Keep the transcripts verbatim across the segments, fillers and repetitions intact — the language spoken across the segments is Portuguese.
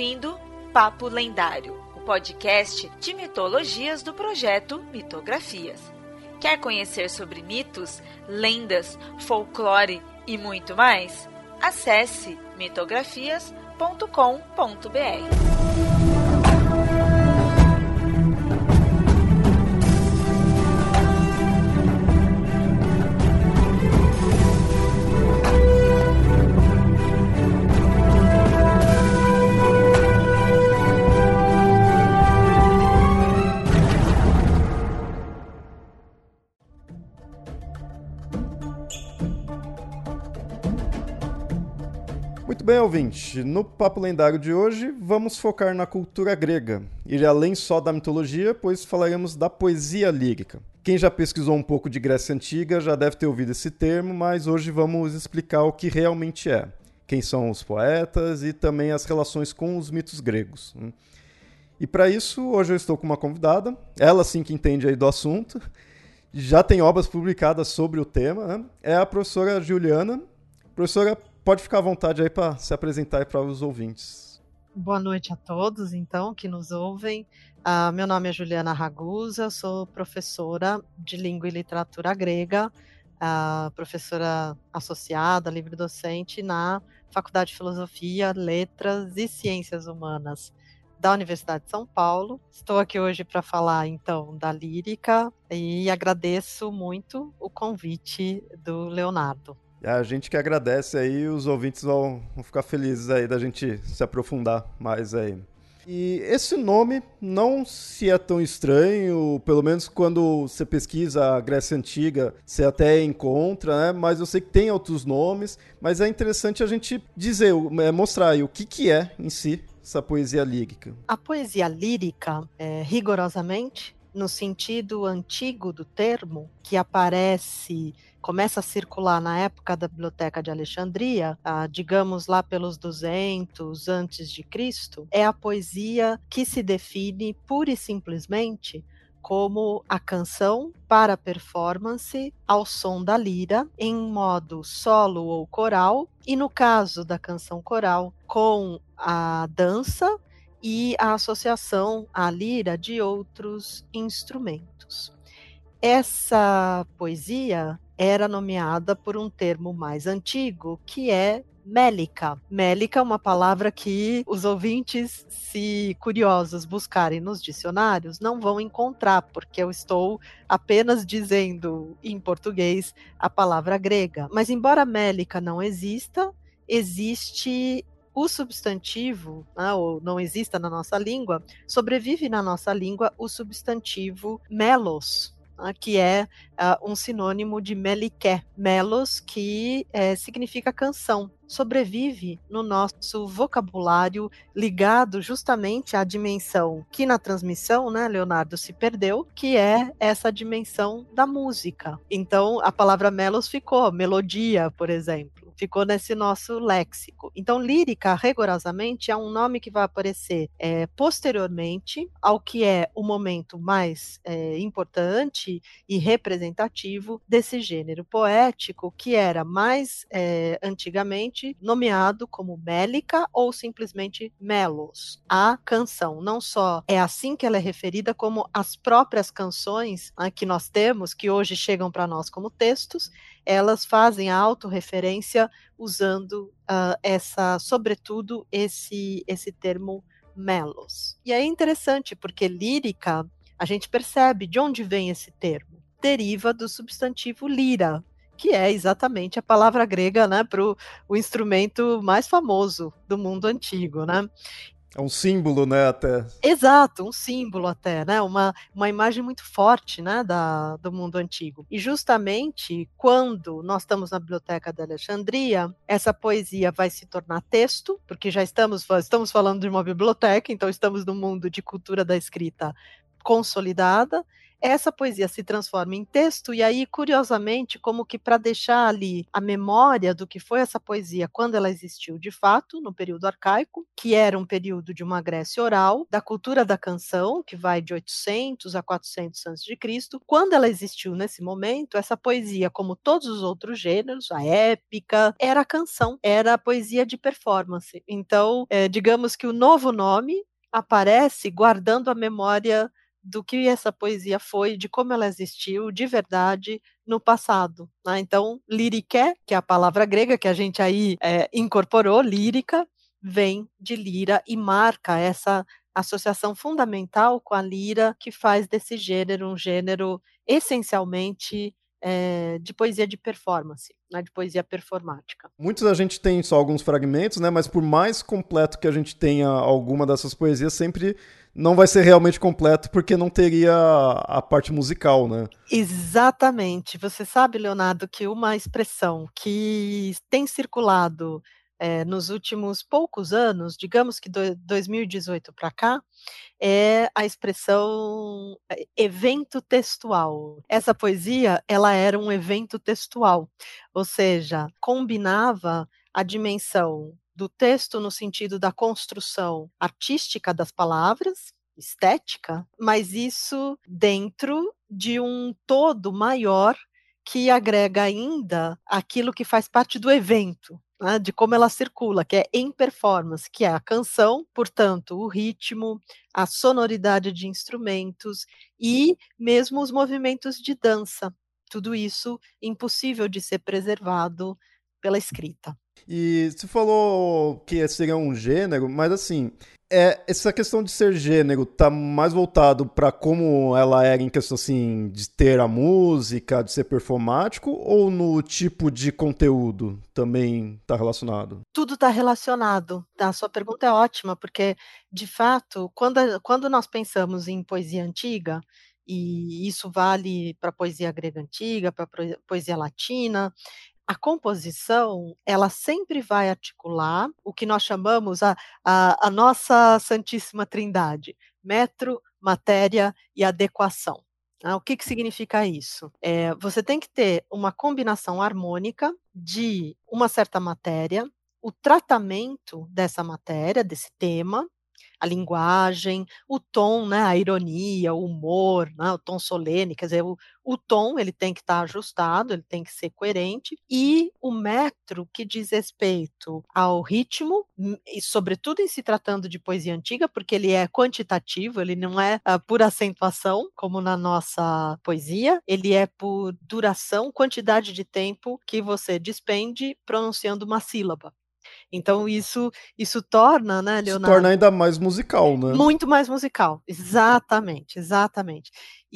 ouvindo Papo Lendário, o podcast de mitologias do projeto Mitografias. Quer conhecer sobre mitos, lendas, folclore e muito mais? Acesse mitografias ponto com ponto b r. Muito bem, ouvinte. No Papo Lendário de hoje, vamos focar na cultura grega. E além só da mitologia, pois falaremos da poesia lírica. Quem já pesquisou um pouco de Grécia Antiga já deve ter ouvido esse termo, mas hoje vamos explicar o que realmente é. Quem são os poetas e também as relações com os mitos gregos. E para isso, hoje eu estou com uma convidada, ela sim que entende aí do assunto, já tem obras publicadas sobre o tema, né? É a professora Juliana. Professora, pode ficar à vontade aí para se apresentar aí para os ouvintes. Boa noite a todos, então, que nos ouvem. Uh, meu nome é Juliana Ragusa, sou professora de Língua e Literatura Grega, uh, professora associada, livre-docente na Faculdade de Filosofia, Letras e Ciências Humanas da Universidade de São Paulo. Estou aqui hoje para falar, então, da lírica e agradeço muito o convite do Leonardo. A gente que agradece aí, os ouvintes vão, vão ficar felizes aí da gente se aprofundar mais aí. E esse nome não se é tão estranho, pelo menos quando você pesquisa a Grécia Antiga, você até encontra, né? Mas eu sei que tem outros nomes, mas é interessante a gente dizer, mostrar aí o que, que é em si essa poesia lírica. A poesia lírica, é, rigorosamente, no sentido antigo do termo, que aparece, começa a circular na época da Biblioteca de Alexandria, ah, digamos lá pelos duzentos antes de Cristo, é a poesia que se define pura e simplesmente como a canção para performance ao som da lira, em modo solo ou coral, e no caso da canção coral, com a dança e a associação à lira de outros instrumentos. Essa poesia era nomeada por um termo mais antigo, que é mélica. Mélica é uma palavra que os ouvintes, se curiosos buscarem nos dicionários, não vão encontrar, porque eu estou apenas dizendo em português a palavra grega. Mas embora mélica não exista, existe o substantivo, né, ou não exista na nossa língua, sobrevive na nossa língua o substantivo melos, né, que é uh, um sinônimo de meliké. Melos, que é, significa canção. Sobrevive no nosso vocabulário ligado justamente à dimensão que na transmissão, né, Leonardo, se perdeu, que é essa dimensão da música. Então, a palavra melos ficou, melodia, por exemplo. Ficou nesse nosso léxico. Então, lírica, rigorosamente, é um nome que vai aparecer é, posteriormente ao que é o momento mais é, importante e representativo desse gênero poético, que era mais é, antigamente nomeado como mélica ou simplesmente melos. A canção, não só é assim que ela é referida, como as próprias canções, né, que nós temos, que hoje chegam para nós como textos, elas fazem a autorreferência usando uh, essa, sobretudo, esse, esse termo melos. E é interessante, porque lírica, a gente percebe de onde vem esse termo. Deriva do substantivo lira, que é exatamente a palavra grega, né, para o instrumento mais famoso do mundo antigo, né? É um símbolo, né, até. Exato, um símbolo até, né, uma, uma imagem muito forte, né, da, do mundo antigo. E justamente quando nós estamos na Biblioteca de Alexandria, essa poesia vai se tornar texto, porque já estamos, estamos falando de uma biblioteca, então estamos no mundo de cultura da escrita consolidada. essa poesia se transforma em texto, e aí, curiosamente, como que para deixar ali a memória do que foi essa poesia quando ela existiu de fato, no período arcaico, que era um período de uma Grécia oral, da cultura da canção, que vai de oitocentos a quatrocentos antes de Cristo, quando ela existiu nesse momento, essa poesia, como todos os outros gêneros, a épica, era a canção, era a poesia de performance. Então, é, digamos que o novo nome aparece guardando a memória do que essa poesia foi, de como ela existiu de verdade no passado. Né? Então, liriké, que é a palavra grega que a gente aí é, incorporou, lírica, vem de lira e marca essa associação fundamental com a lira que faz desse gênero um gênero essencialmente é, de poesia de performance, né, de poesia performática. Muitos a gente tem só alguns fragmentos, né? Mas por mais completo que a gente tenha alguma dessas poesias, sempre não vai ser realmente completo porque não teria a parte musical, né? Exatamente. Você sabe, Leonardo, que uma expressão que tem circulado é, nos últimos poucos anos, digamos que do dois mil e dezoito para cá, é a expressão eh, evento textual. Essa poesia, ela era um evento textual, ou seja, combinava a dimensão do texto no sentido da construção artística das palavras, estética, mas isso dentro de um todo maior que agrega ainda aquilo que faz parte do evento, né, de como ela circula, que é em performance, que é a canção, portanto, o ritmo, a sonoridade de instrumentos e mesmo os movimentos de dança. Tudo isso impossível de ser preservado pela escrita. E você falou que seria um gênero, mas assim, é, essa questão de ser gênero tá mais voltado para como ela era em questão assim de ter a música, de ser performático, ou no tipo de conteúdo também está relacionado? Tudo está relacionado. A sua pergunta é ótima, porque, de fato, quando, a- quando nós pensamos em poesia antiga, e isso vale para a poesia grega antiga, para a poesia latina, a composição, ela sempre vai articular o que nós chamamos a a a nossa santíssima trindade: metro, matéria e adequação. Ah, o que que significa isso? Eh, você tem que ter uma combinação harmônica de uma certa matéria, o tratamento dessa matéria, desse tema, a linguagem, o tom, né, a ironia, o humor, né, o tom solene, quer dizer, o o tom ele tem que estar ajustado, ele tem que ser coerente, e o metro que diz respeito ao ritmo, hum, e sobretudo em se tratando de poesia antiga, porque ele é quantitativo, ele não é, ah, por acentuação, como na nossa poesia, ele é por duração, quantidade de tempo que você despende pronunciando uma sílaba. Então isso isso torna, né, Se torna Leonardo, ainda mais musical, né? muito mais musical. Exatamente, exatamente.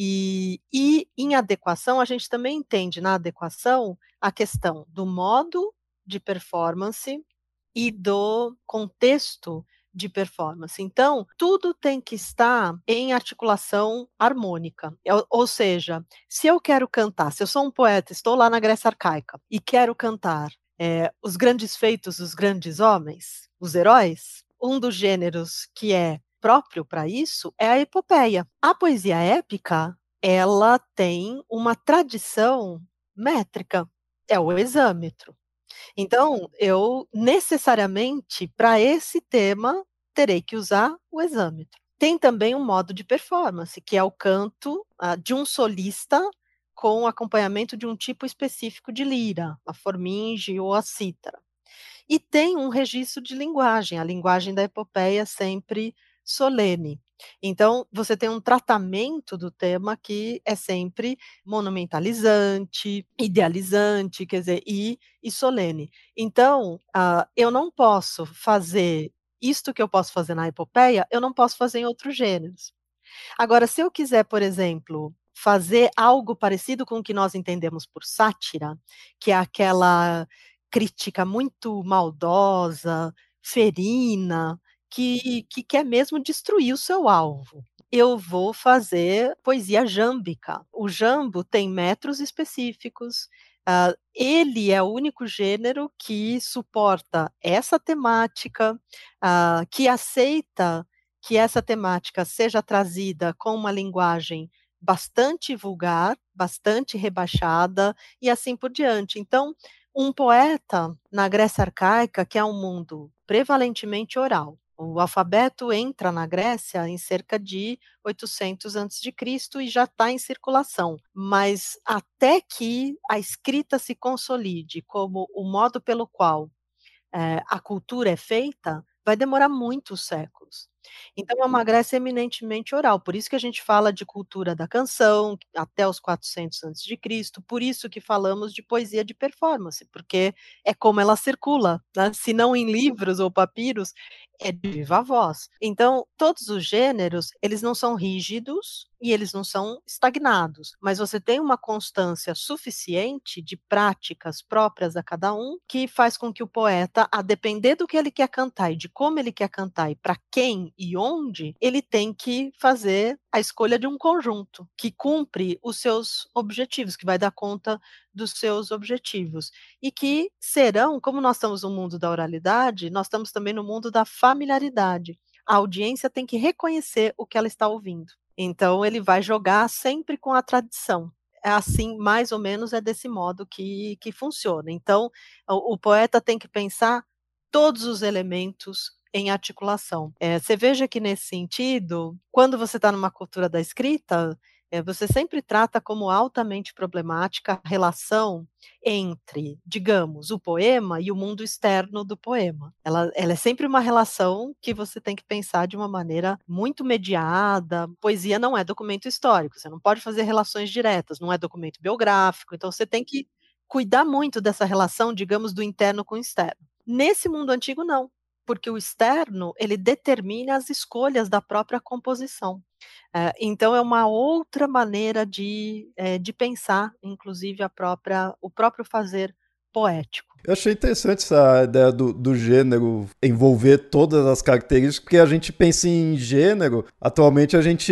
E e em adequação, a gente também entende na adequação a questão do modo de performance e do contexto de performance. Então, tudo tem que estar em articulação harmônica. Ou ou seja, se eu quero cantar, se eu sou um poeta, estou lá na Grécia arcaica e quero cantar, eh, os grandes feitos dos grandes homens, os heróis, um dos gêneros que é próprio para isso é a epopeia. A poesia épica, ela tem uma tradição métrica, é o hexâmetro. Então, eu necessariamente, para esse tema, terei que usar o exâmetro. Tem também um modo de performance, que é o canto, ah, de um solista com acompanhamento de um tipo específico de lira, a forminge ou a cítara. E tem um registro de linguagem, a linguagem da epopeia sempre solene. Então, você tem um tratamento do tema que é sempre monumentalizante, idealizante, quer dizer, e e solene. Então, ah, eu não posso fazer isto que eu posso fazer na epopeia, eu não posso fazer em outros gêneros. Agora, se eu quiser, por exemplo, fazer algo parecido com o que nós entendemos por sátira, que é aquela crítica muito maldosa, ferina, que que quer mesmo destruir o seu alvo. Eu vou fazer poesia jâmbica. O jambo tem metros específicos, hã, ele é o único gênero que suporta essa temática, hã, que aceita que essa temática seja trazida com uma linguagem bastante vulgar, bastante rebaixada e assim por diante. Então, um poeta na Grécia arcaica, que é um mundo prevalentemente oral, o alfabeto entra na Grécia em cerca de oitocentos antes de Cristo e já está em circulação, mas até que a escrita se consolide como o modo pelo qual eh, a cultura é feita, vai demorar muitos séculos. Então é uma Grécia eminentemente oral, por isso que a gente fala de cultura da canção, até os quatrocentos antes de Cristo, por isso que falamos de poesia de performance, porque é como ela circula, né, se não em livros ou papiros, é de viva voz. Então, todos os gêneros, eles não são rígidos e eles não são estagnados, mas você tem uma constância suficiente de práticas próprias a cada um, que faz com que o poeta, a depender do que ele quer cantar e de como ele quer cantar e para quem e onde, ele tem que fazer a escolha de um conjunto que cumpre os seus objetivos, que vai dar conta dos seus objetivos e que serão, como nós estamos no mundo da oralidade, nós estamos também no mundo da familiaridade. A audiência tem que reconhecer o que ela está ouvindo. Então ele vai jogar sempre com a tradição. É assim, mais ou menos, é desse modo que, que funciona. Então, o, o poeta tem que pensar todos os elementos em articulação. Eh, você veja que nesse sentido, quando você está numa cultura da escrita, eh, você sempre trata como altamente problemática a relação entre, digamos, o poema e o mundo externo do poema. Ela ela é sempre uma relação que você tem que pensar de uma maneira muito mediada. Poesia não é documento histórico, você não pode fazer relações diretas, não é documento biográfico, então você tem que cuidar muito dessa relação, digamos, do interno com o externo. Nesse mundo antigo não, porque o externo, ele determina as escolhas da própria composição. Eh, então é uma outra maneira de, eh, de pensar, inclusive a própria o próprio fazer poético. Eu achei interessante essa ideia do, do gênero envolver todas as características, porque a gente pensa em gênero, atualmente a gente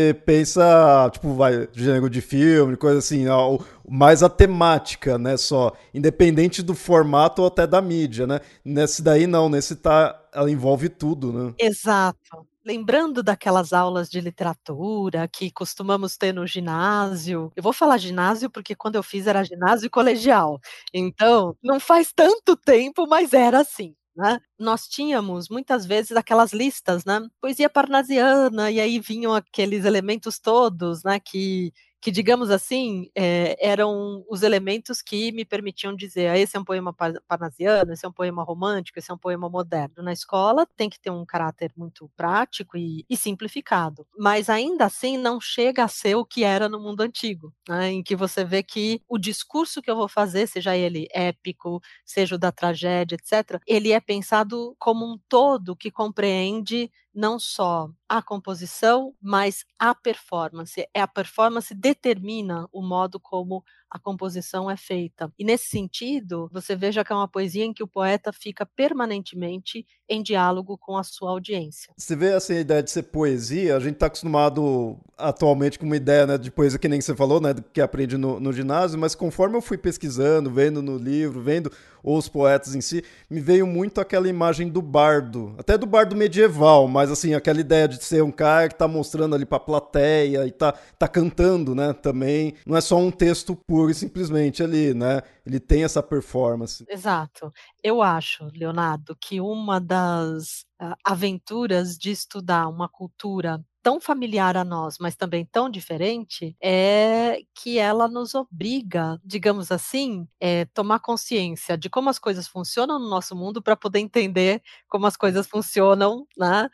pensa, tipo, vai, gênero de filme, coisa assim, ó, mais a temática, né, só, independente do formato ou até da mídia, né? Nesse daí não, nesse tá, ela envolve tudo, né? Exato. Lembrando daquelas aulas de literatura que costumamos ter no ginásio, eu vou falar ginásio, porque quando eu fiz era ginásio colegial, então não faz tanto tempo, mas era assim, né. Nós tínhamos muitas vezes aquelas listas, né, poesia parnasiana, e aí vinham aqueles elementos todos, né, que que digamos assim, eh, eram os elementos que me permitiam dizer: "Ah, esse é um poema par parnasiano, esse é um poema romântico, esse é um poema moderno". Na escola tem que ter um caráter muito prático e e simplificado, mas ainda assim não chega a ser o que era no mundo antigo, né, em que você vê que o discurso que eu vou fazer, seja ele épico, seja o da tragédia, etcétera, ele é pensado como um todo que compreende não só a composição, mas a performance. É a performance determina o modo como a composição é feita. E nesse sentido, você veja que é uma poesia em que o poeta fica permanentemente em diálogo com a sua audiência. Você vê essa ideia de ser poesia, a gente tá acostumado atualmente com uma ideia, né, de poesia que nem você falou, né, que aprende no, no ginásio, mas conforme eu fui pesquisando, vendo no livro, vendo os poetas em si, me veio muito aquela imagem do bardo, até do bardo medieval, mas assim, aquela ideia de ser um cara que tá mostrando ali pra plateia e tá, tá cantando, né, também. Não é só um texto puro e simplesmente ali, né, ele tem essa performance. Exato. Eu acho, Leonardo, que uma das, ah, aventuras de estudar uma cultura tão familiar a nós, mas também tão diferente, é que ela nos obriga, digamos assim, eh, tomar consciência de como as coisas funcionam no nosso mundo para poder entender como as coisas funcionam, né,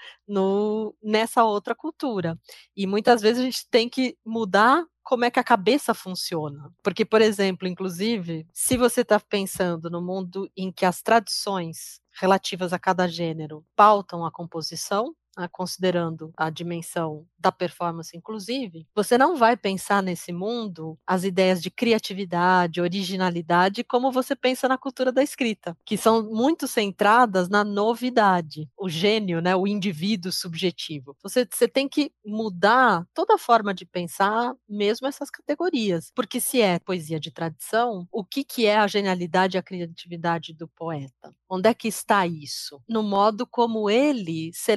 no nessa outra cultura. E muitas vezes a gente tem que mudar como é que a cabeça funciona. Porque, por exemplo, inclusive, se você está pensando no mundo em que as tradições relativas a cada gênero pautam a composição, ah, considerando a dimensão da performance inclusive, você não vai pensar nesse mundo as ideias de criatividade, originalidade, como você pensa na cultura da escrita, que são muito centradas na novidade, o gênio, né, o indivíduo subjetivo. Você você tem que mudar toda a forma de pensar, mesmo essas categorias, porque se é poesia de tradição, o que que é a genialidade e a criatividade do poeta? Onde é que está isso? No modo como ele seleciona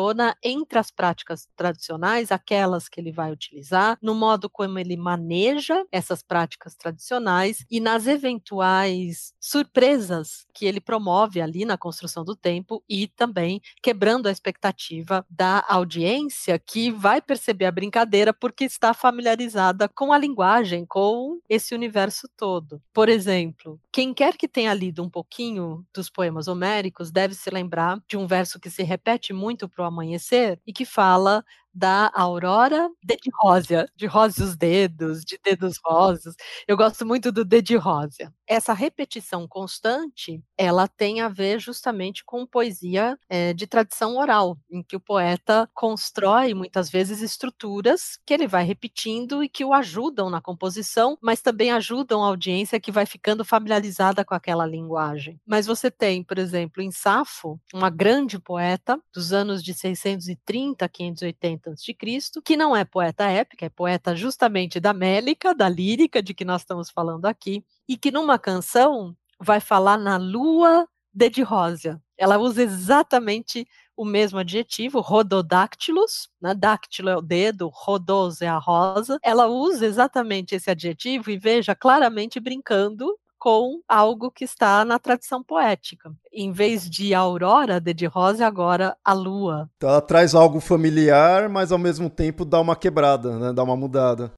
seleciona entre as práticas tradicionais aquelas que ele vai utilizar, no modo como ele maneja essas práticas tradicionais e nas eventuais surpresas que ele promove ali na construção do tempo e também quebrando a expectativa da audiência que vai perceber a brincadeira porque está familiarizada com a linguagem, com esse universo todo. Por exemplo, quem quer que tenha lido um pouquinho dos poemas homéricos deve se lembrar de um verso que se repete muito para o amanhecer e que fala da aurora dedirósia, de rósea os dedos, de dedos rosos. Eu gosto muito do dedirósia. Essa repetição constante, ela tem a ver justamente com poesia é, de tradição oral, em que o poeta constrói muitas vezes estruturas que ele vai repetindo e que o ajudam na composição, mas também ajudam a audiência que vai ficando familiarizada com aquela linguagem. Mas você tem, por exemplo, em Safo, uma grande poeta dos anos de seiscentos e trinta, quinhentos e oitenta antes de Cristo, que não é poeta épica, é poeta justamente da mélica, da lírica, de que nós estamos falando aqui, e que numa canção vai falar na lua dedirósia. Ela usa exatamente o mesmo adjetivo, rododactylus, né? Dáctilo é o dedo, rodos é a rosa. Ela usa exatamente esse adjetivo e veja claramente brincando com algo que está na tradição poética. Em vez de aurora dedirósia, agora a lua. Então ela traz algo familiar, mas ao mesmo tempo dá uma quebrada, né? Dá uma mudada.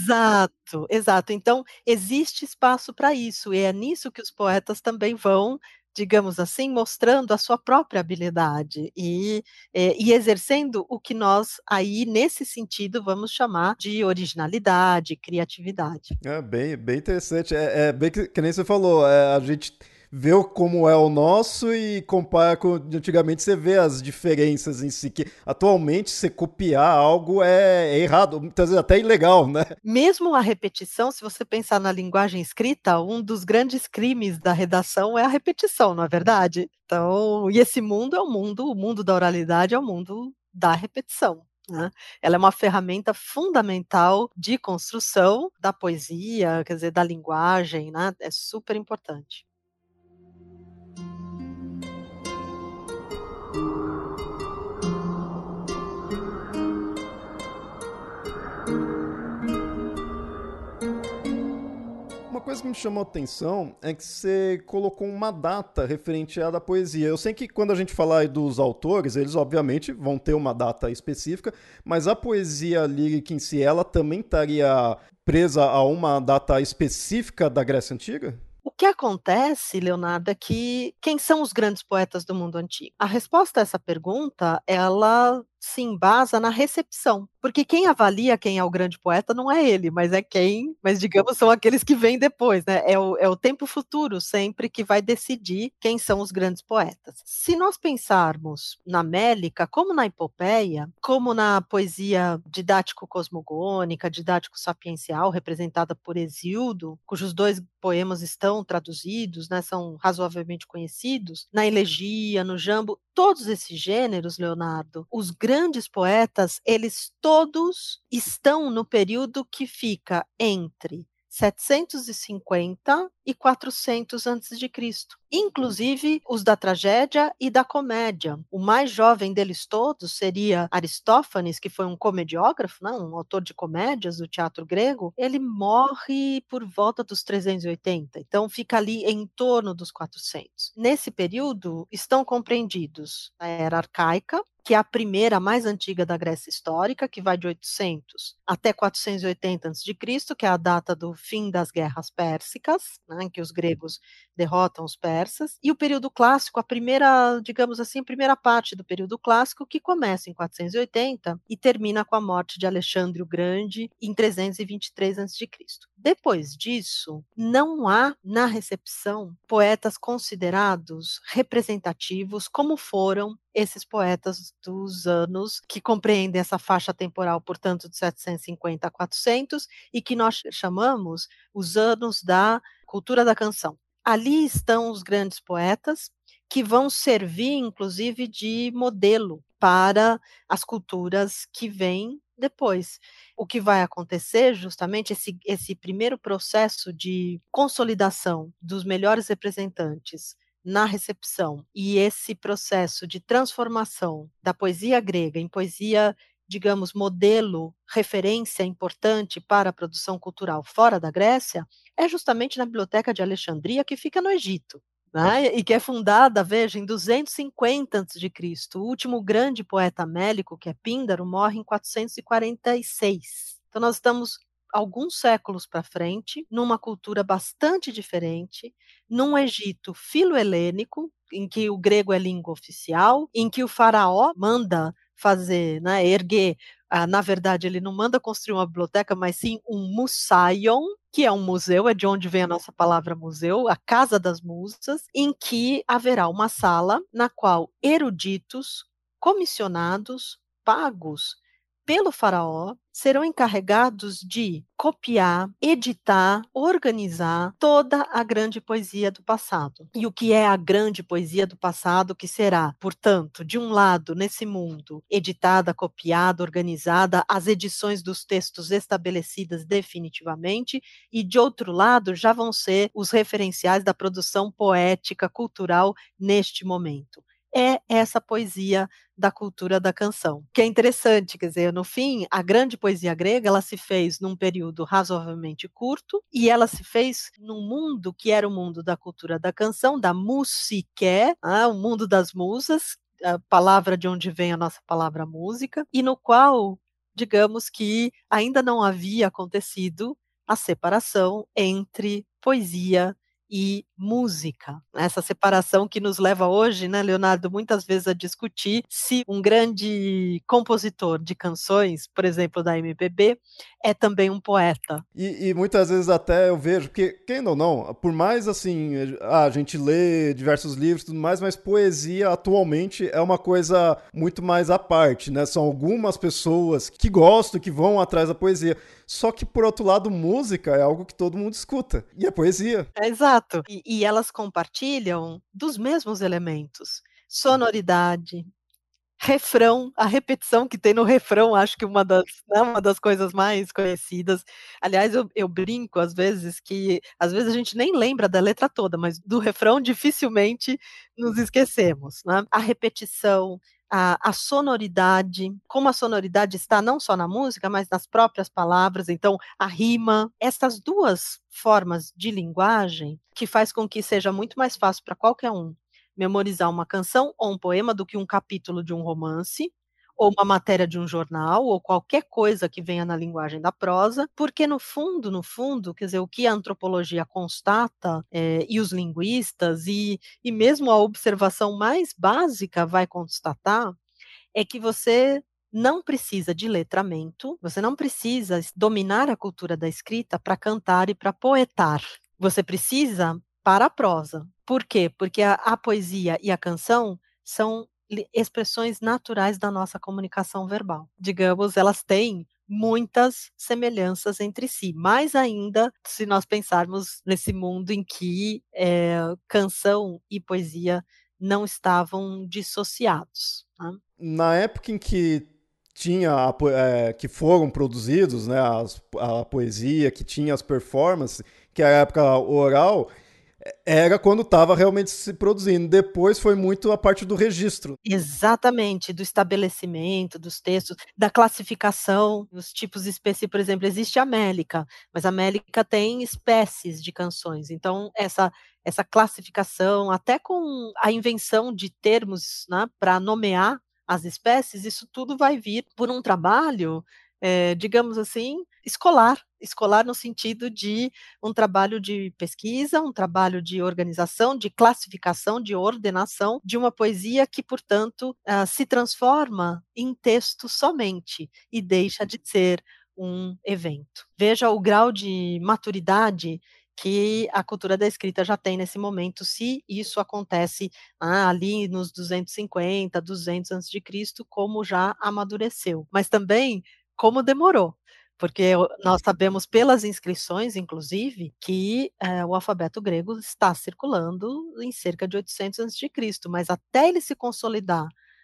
Exato, exato. Então existe espaço para isso, e é nisso que os poetas também vão, digamos assim, mostrando a sua própria habilidade e, eh, e exercendo o que nós aí, nesse sentido, vamos chamar de originalidade, criatividade. É bem, bem interessante. É, é bem que, que nem você falou, é, a gente vê como é o nosso e compara com de antigamente, você vê as diferenças em si, que atualmente você copiar algo é, é errado, muitas vezes até ilegal, né? Mesmo a repetição, se você pensar na linguagem escrita, um dos grandes crimes da redação é a repetição, não é verdade? Então, e esse mundo é o mundo, o mundo da oralidade é o mundo da repetição. Né? Ela é uma ferramenta fundamental de construção da poesia, quer dizer, da linguagem, né? É super importante. Uma coisa que me chamou a atenção é que você colocou uma data referente à da poesia. Eu sei que quando a gente falar aí dos autores, eles obviamente vão ter uma data específica, mas a poesia lírica em si, ela também estaria presa a uma data específica da Grécia Antiga? O que acontece, Leonardo, é que quem são os grandes poetas do mundo antigo? A resposta a essa pergunta, ela se embasa na recepção, porque quem avalia quem é o grande poeta não é ele, mas é quem, mas digamos, são aqueles que vêm depois, né? É o, é o tempo futuro sempre que vai decidir quem são os grandes poetas. Se nós pensarmos na Mélica, como na Epopeia, como na poesia didático-cosmogônica, didático-sapiencial, representada por Hesíodo, cujos dois poemas estão traduzidos, né, são razoavelmente conhecidos, na elegia, no jambo, todos esses gêneros, Leonardo, os grandes poetas, eles todos estão no período que fica entre setecentos e cinquenta e quatrocentos antes de Cristo. Inclusive os da tragédia e da comédia. O mais jovem deles todos seria Aristófanes, que foi um comediógrafo, né, um autor de comédias do teatro grego. Ele morre por volta dos trezentos e oitenta, então fica ali em torno dos quatrocentos. Nesse período estão compreendidos a era arcaica, que é a primeira, a mais antiga da Grécia histórica, que vai de oitocentos até quatrocentos e oitenta antes de Cristo, que é a data do fim das guerras pérsicas, né, em que os gregos derrotam os persas, e o período clássico, a primeira, digamos assim, a primeira parte do período clássico, que começa em quatrocentos e oitenta e termina com a morte de Alexandre o Grande em trezentos e vinte e três antes de Cristo. Depois disso, não há na recepção poetas considerados representativos como foram esses poetas dos anos que compreendem essa faixa temporal, portanto, de setecentos e cinquenta a quatrocentos, e que nós chamamos os anos da cultura da canção. Ali estão os grandes poetas que vão servir, inclusive, de modelo para as culturas que vêm depois. O que vai acontecer, justamente, esse, esse primeiro processo de consolidação dos melhores representantes na recepção e esse processo de transformação da poesia grega em poesia, digamos, modelo, referência importante para a produção cultural fora da Grécia, é justamente na Biblioteca de Alexandria, que fica no Egito. Né? E que é fundada, veja, em duzentos e cinquenta antes de Cristo. O último grande poeta mélico, que é Píndaro, morre em quatrocentos e quarenta e seis. Então nós estamos alguns séculos para frente, numa cultura bastante diferente, num Egito filo-helênico, em que o grego é língua oficial, em que o faraó manda fazer, né, erguer, ah, na verdade ele não manda construir uma biblioteca, mas sim um musaion, que é um museu, é de onde vem a nossa palavra museu, a Casa das Musas, em que haverá uma sala na qual eruditos, comissionados, pagos pelo faraó, serão encarregados de copiar, editar, organizar toda a grande poesia do passado. E o que é a grande poesia do passado, que será, portanto, de um lado, nesse mundo, editada, copiada, organizada, as edições dos textos estabelecidas definitivamente, e de outro lado, já vão ser os referenciais da produção poética, cultural, neste momento. É essa poesia da cultura da canção, que é interessante, quer dizer, no fim, a grande poesia grega, ela se fez num período razoavelmente curto, e ela se fez num mundo que era o mundo da cultura da canção, da musique, ah, o mundo das musas, a palavra de onde vem a nossa palavra música, e no qual, digamos que ainda não havia acontecido a separação entre poesia e música. Essa separação que nos leva hoje, né, Leonardo, muitas vezes a discutir se um grande compositor de canções, por exemplo, da M P B, é também um poeta. E, e muitas vezes até eu vejo, porque, quem ou não, por mais assim, a gente lê diversos livros e tudo mais, mas poesia atualmente é uma coisa muito mais à parte, né? São algumas pessoas que gostam, que vão atrás da poesia. Só que, por outro lado, música é algo que todo mundo escuta. E é poesia. É, exato. E, e elas compartilham dos mesmos elementos. Sonoridade, refrão, a repetição que tem no refrão, acho que uma das, né, uma das coisas mais conhecidas. Aliás, eu, eu brinco às vezes que, às vezes a gente nem lembra da letra toda, mas do refrão dificilmente nos esquecemos, né? A repetição, a, a sonoridade, como a sonoridade está não só na música, mas nas próprias palavras, então a rima, essas duas formas de linguagem que faz com que seja muito mais fácil para qualquer um memorizar uma canção ou um poema do que um capítulo de um romance, ou uma matéria de um jornal, ou qualquer coisa que venha na linguagem da prosa, porque no fundo, no fundo, quer dizer, o que a antropologia constata, é, e os linguistas, e, e mesmo a observação mais básica vai constatar, é que você não precisa de letramento, você não precisa dominar a cultura da escrita para cantar e para poetar. Você precisa para a prosa. Por quê? Porque a, a poesia e a canção são expressões naturais da nossa comunicação verbal. Digamos, elas têm muitas semelhanças entre si, mais ainda se nós pensarmos nesse mundo em que é, canção e poesia não estavam dissociados. Né? Na época em que tinha a, é, que foram produzidos, né, as, a poesia, que tinha as performances, que era a época oral, era quando estava realmente se produzindo. Depois foi muito a parte do registro. Exatamente, do estabelecimento, dos textos, da classificação, os tipos específicos. Por exemplo, existe a mélica, mas a mélica tem espécies de canções. Então, essa, essa classificação, até com a invenção de termos, né, para nomear as espécies, isso tudo vai vir por um trabalho, é, digamos assim, escolar, escolar no sentido de um trabalho de pesquisa, um trabalho de organização, de classificação, de ordenação de uma poesia que, portanto, uh, se transforma em texto somente e deixa de ser um evento. Veja o grau de maturidade que a cultura da escrita já tem nesse momento, se isso acontece ah, ali nos duzentos e cinquenta, duzentos antes de Cristo, como já amadureceu. Mas também como demorou. Porque nós sabemos pelas inscrições, inclusive, que é, o alfabeto grego está circulando em cerca de oitocentos antes de Cristo, mas até ele se consolidar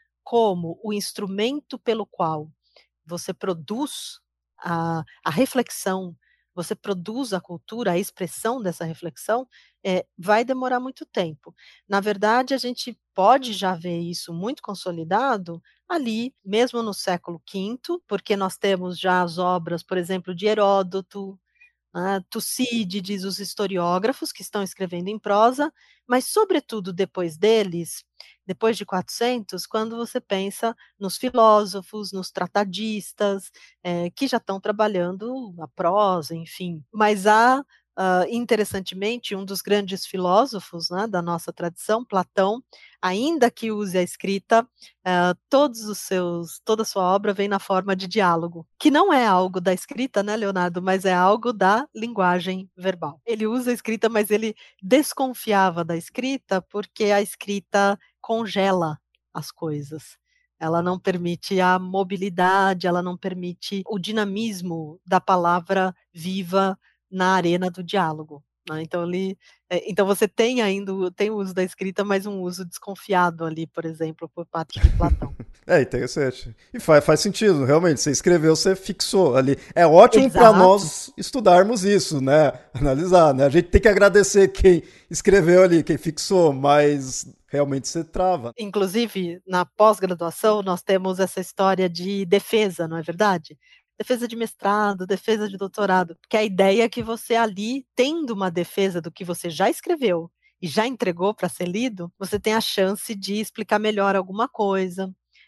como o instrumento pelo qual você produz a, a reflexão, você produz a cultura, a expressão dessa reflexão, é, vai demorar muito tempo. Na verdade, a gente pode já ver isso muito consolidado ali, mesmo no século quinto, porque nós temos já as obras, por exemplo, de Heródoto, né, Tucídides, os historiógrafos que estão escrevendo em prosa, mas sobretudo depois deles, depois de quatrocentos, quando você pensa nos filósofos, nos tratadistas, eh, que já estão trabalhando a prosa, enfim. Mas há, hã, interessantemente, um dos grandes filósofos, né, da nossa tradição, Platão, ainda que use a escrita, hã, todos os seus toda a sua obra vem na forma de diálogo, que não é algo da escrita, né, Leonardo, mas é algo da linguagem verbal. Ele usa a escrita, mas ele desconfiava da escrita, porque a escrita congela as coisas. Ela não permite a mobilidade, ela não permite o dinamismo da palavra viva na arena do diálogo, né. Então ele eh, então você tem ainda o tem o uso da escrita, mas um uso desconfiado ali, por exemplo, por parte de Platão. É interessante. E faz, faz sentido, realmente. Você escreveu, você fixou ali. É ótimo para Exato. nós estudarmos isso, né? Analisar, né? A gente tem que agradecer quem escreveu ali, quem fixou, mas realmente você trava. Inclusive, na pós-graduação, nós temos essa história de defesa, não é verdade? Defesa de mestrado, defesa de doutorado, que a ideia é que você ali, tendo uma defesa do que você já escreveu e já entregou para ser lido, você tem a chance de explicar melhor alguma coisa,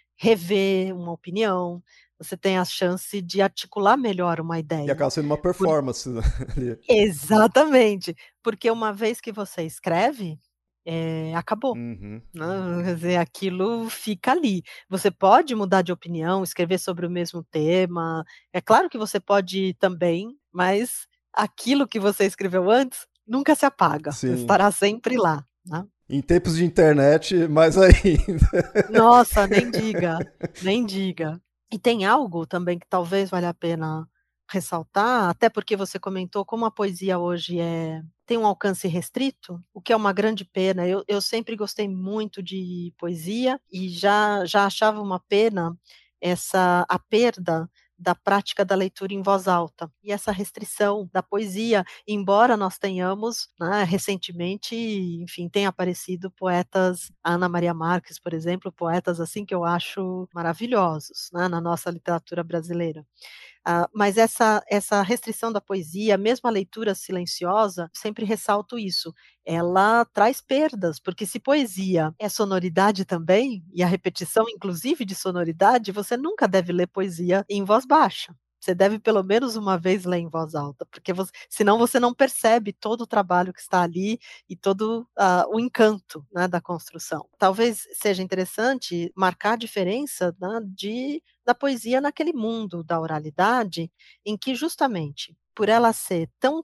rever uma opinião, você tem a chance de articular melhor uma E ideia. acaba sendo uma Por performance ali. Exatamente, porque uma vez que você escreve, eh, acabou. Uhum. Não, quer dizer, aquilo fica ali. Você pode mudar de opinião, escrever sobre o mesmo tema, é claro que você pode também, mas aquilo que você escreveu antes nunca se apaga, Sim. estará sempre lá, né. Em tempos de internet, mais ainda. Nossa, nem diga, nem diga. E tem algo também que talvez valha a pena ressaltar, até porque você comentou como a poesia hoje é tem um alcance restrito, o que é uma grande pena. Eu eu sempre gostei muito de poesia e já já achava uma pena essa a perda da prática da leitura em voz alta, e essa restrição da poesia, embora nós tenhamos, né, recentemente, enfim, tem aparecido poetas, a Ana Maria Marques, por exemplo, poetas, assim, que eu acho maravilhosos, né, na nossa literatura brasileira. Ah, mas essa essa restrição da poesia, mesmo a leitura silenciosa, sempre ressalto isso, ela traz perdas, porque se poesia é sonoridade também, e a repetição inclusive de sonoridade, você nunca deve ler poesia em voz baixa. Você deve pelo menos uma vez ler em voz alta, porque você senão você não percebe todo o trabalho que está ali e todo, ah, o encanto, né, da construção. Talvez seja interessante marcar a diferença, né, de da poesia naquele mundo da oralidade, em que justamente por ela ser tão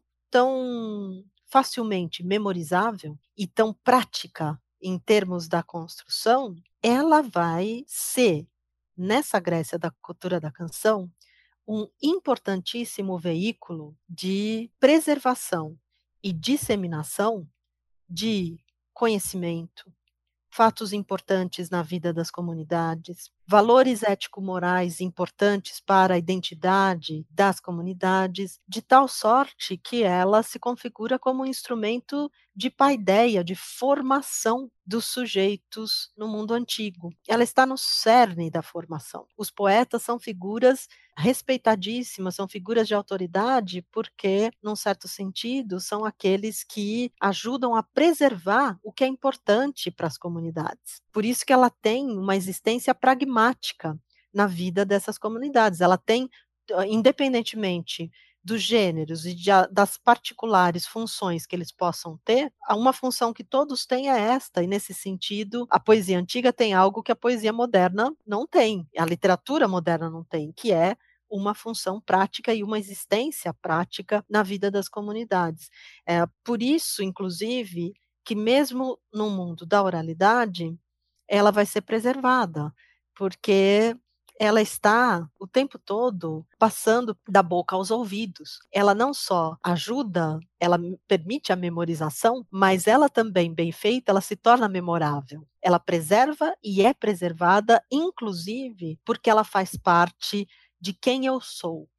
tão facilmente memorizável e tão prática em termos da construção, ela vai ser, nessa Grécia da cultura da canção, um importantíssimo veículo de preservação e disseminação de conhecimento, fatos importantes na vida das comunidades, valores ético-morais importantes para a identidade das comunidades, de tal sorte que ela se configura como um instrumento de paideia, de formação dos sujeitos no mundo antigo. Ela está no cerne da formação. Os poetas são figuras respeitadíssimas, são figuras de autoridade, porque, num certo sentido, são aqueles que ajudam a preservar o que é importante para as comunidades. Por isso que ela tem uma existência pragmática na vida dessas comunidades. Ela tem, independentemente dos gêneros e de a das particulares funções que eles possam ter, a uma função que todos têm é esta, e nesse sentido, a poesia antiga tem algo que a poesia moderna não tem, a literatura moderna não tem, que é uma função prática e uma existência prática na vida das comunidades. É por isso, inclusive, que mesmo no mundo da oralidade, ela vai ser preservada, porque ela está o tempo todo passando da boca aos ouvidos. Ela não só ajuda, ela permite a memorização, mas ela também, bem feita, ela se torna memorável. Ela preserva e é preservada, inclusive, porque ela faz parte de quem eu sou.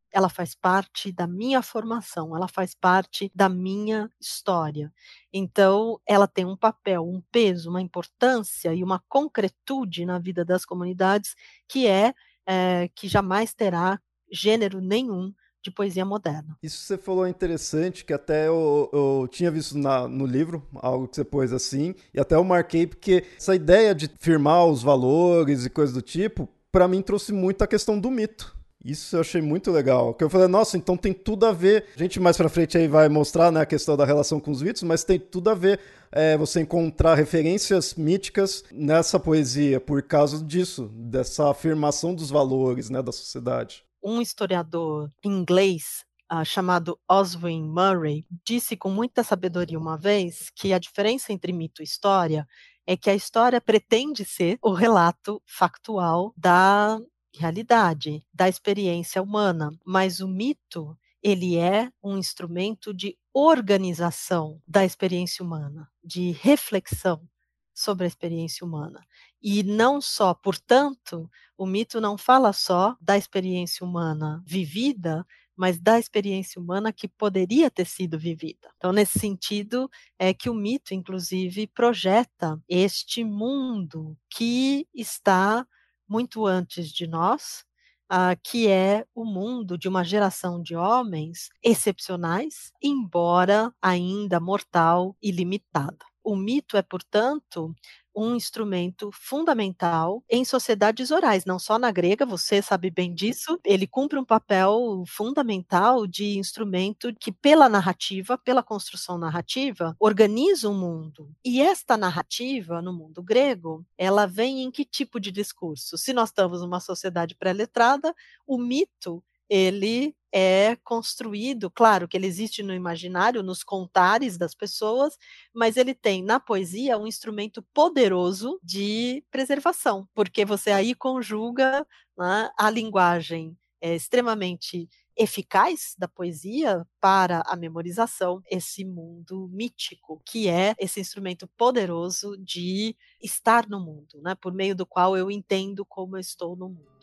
ela faz parte da minha formação, ela faz parte da minha história. Então, ela tem um papel, um peso, uma importância e uma concretude na vida das comunidades que é, é que jamais terá gênero nenhum de poesia moderna. Isso que você falou é interessante, que até eu, eu tinha visto na, no livro, algo que você pôs assim, e até eu marquei, porque essa ideia de firmar os valores e coisas do tipo, para mim trouxe muito a questão do mito. Isso eu achei muito legal. Que eu falei, nossa, então tem tudo a ver. A gente mais pra frente aí vai mostrar, né, a questão da relação com os mitos, mas tem tudo a ver é, você encontrar referências míticas nessa poesia por causa disso, dessa afirmação dos valores, né, da sociedade. Um historiador inglês uh, chamado Oswin Murray disse com muita sabedoria uma vez que a diferença entre mito e história é que a história pretende ser o relato factual da realidade, da experiência humana, mas o mito ele é um instrumento de organização da experiência humana, de reflexão sobre a experiência humana. E não só, portanto, o mito não fala só da experiência humana vivida, mas da experiência humana que poderia ter sido vivida. Então, nesse sentido, é que o mito, inclusive, projeta este mundo que está muito antes de nós, uh, que é o mundo de uma geração de homens excepcionais, embora ainda mortal e limitada. O mito é, portanto, um instrumento fundamental em sociedades orais, não só na grega, você sabe bem disso, ele cumpre um papel fundamental de instrumento que, pela narrativa, pela construção narrativa, organiza o mundo. E esta narrativa, no mundo grego, ela vem em que tipo de discurso? Se nós estamos numa sociedade pré-letrada, o mito ele é construído, claro que ele existe no imaginário, nos contares das pessoas, mas ele tem na poesia um instrumento poderoso de preservação, porque você aí conjuga, né, a linguagem é, extremamente eficaz da poesia para a memorização, esse mundo mítico, que é esse instrumento poderoso de estar no mundo, né, por meio do qual eu entendo como eu estou no mundo.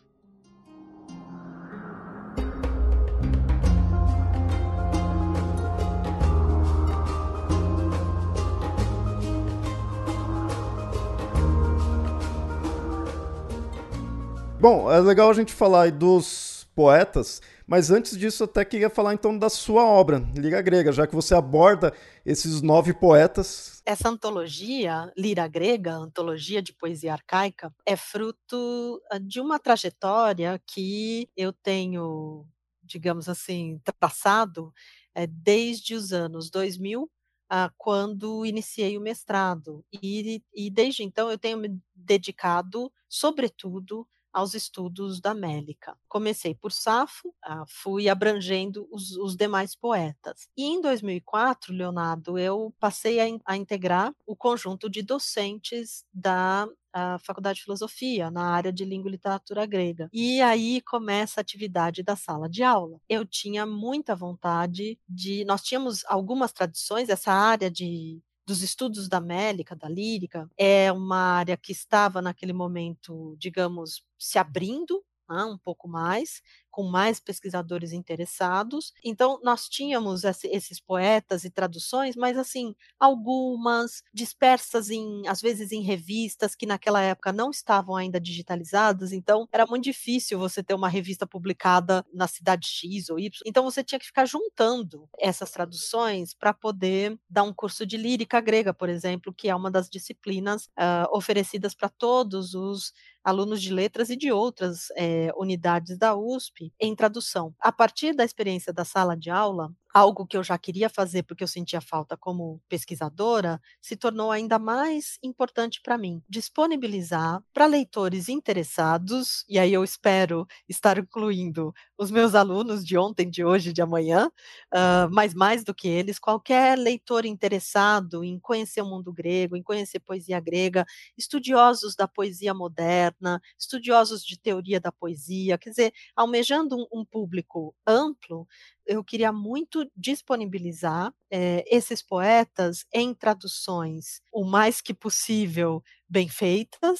Bom, é legal a gente falar aí dos poetas, mas antes disso eu até queria falar então da sua obra, Lira Grega, já que você aborda esses nove poetas. Essa antologia, Lira Grega, antologia de poesia arcaica, é fruto de uma trajetória que eu tenho, digamos assim, traçado é, desde os anos dois mil, ah, quando iniciei o mestrado. E, e desde então eu tenho me dedicado, sobretudo, aos estudos da Mélica. Comecei por Safo, ah, fui abrangendo os, os demais poetas. E em dois mil e quatro, Leonardo, eu passei a, in, a integrar o conjunto de docentes da a Faculdade de Filosofia, na área de Língua e Literatura Grega. E aí começa a atividade da sala de aula. Eu tinha muita vontade de... Nós tínhamos algumas tradições, essa área de dos estudos da Mélica, da lírica, é uma área que estava naquele momento, digamos, se abrindo, né, um pouco mais, com mais pesquisadores interessados. Então, nós tínhamos esse, esses poetas e traduções, mas, assim, algumas dispersas, em, às vezes, em revistas que naquela época não estavam ainda digitalizadas, então era muito difícil você ter uma revista publicada na cidade X ou Y. Então, você tinha que ficar juntando essas traduções para poder dar um curso de lírica grega, por exemplo, que é uma das disciplinas uh, oferecidas para todos os alunos de letras e de outras é, unidades da U S P em tradução. A partir da experiência da sala de aula, algo que eu já queria fazer porque eu sentia falta como pesquisadora, se tornou ainda mais importante para mim. Disponibilizar para leitores interessados, e aí eu espero estar incluindo os meus alunos de ontem, de hoje, de amanhã, uh, mas mais do que eles, qualquer leitor interessado em conhecer o mundo grego, em conhecer poesia grega, estudiosos da poesia moderna, estudiosos de teoria da poesia, quer dizer, almejando um, um público amplo, eu queria muito disponibilizar é, esses poetas em traduções o mais que possível bem feitas,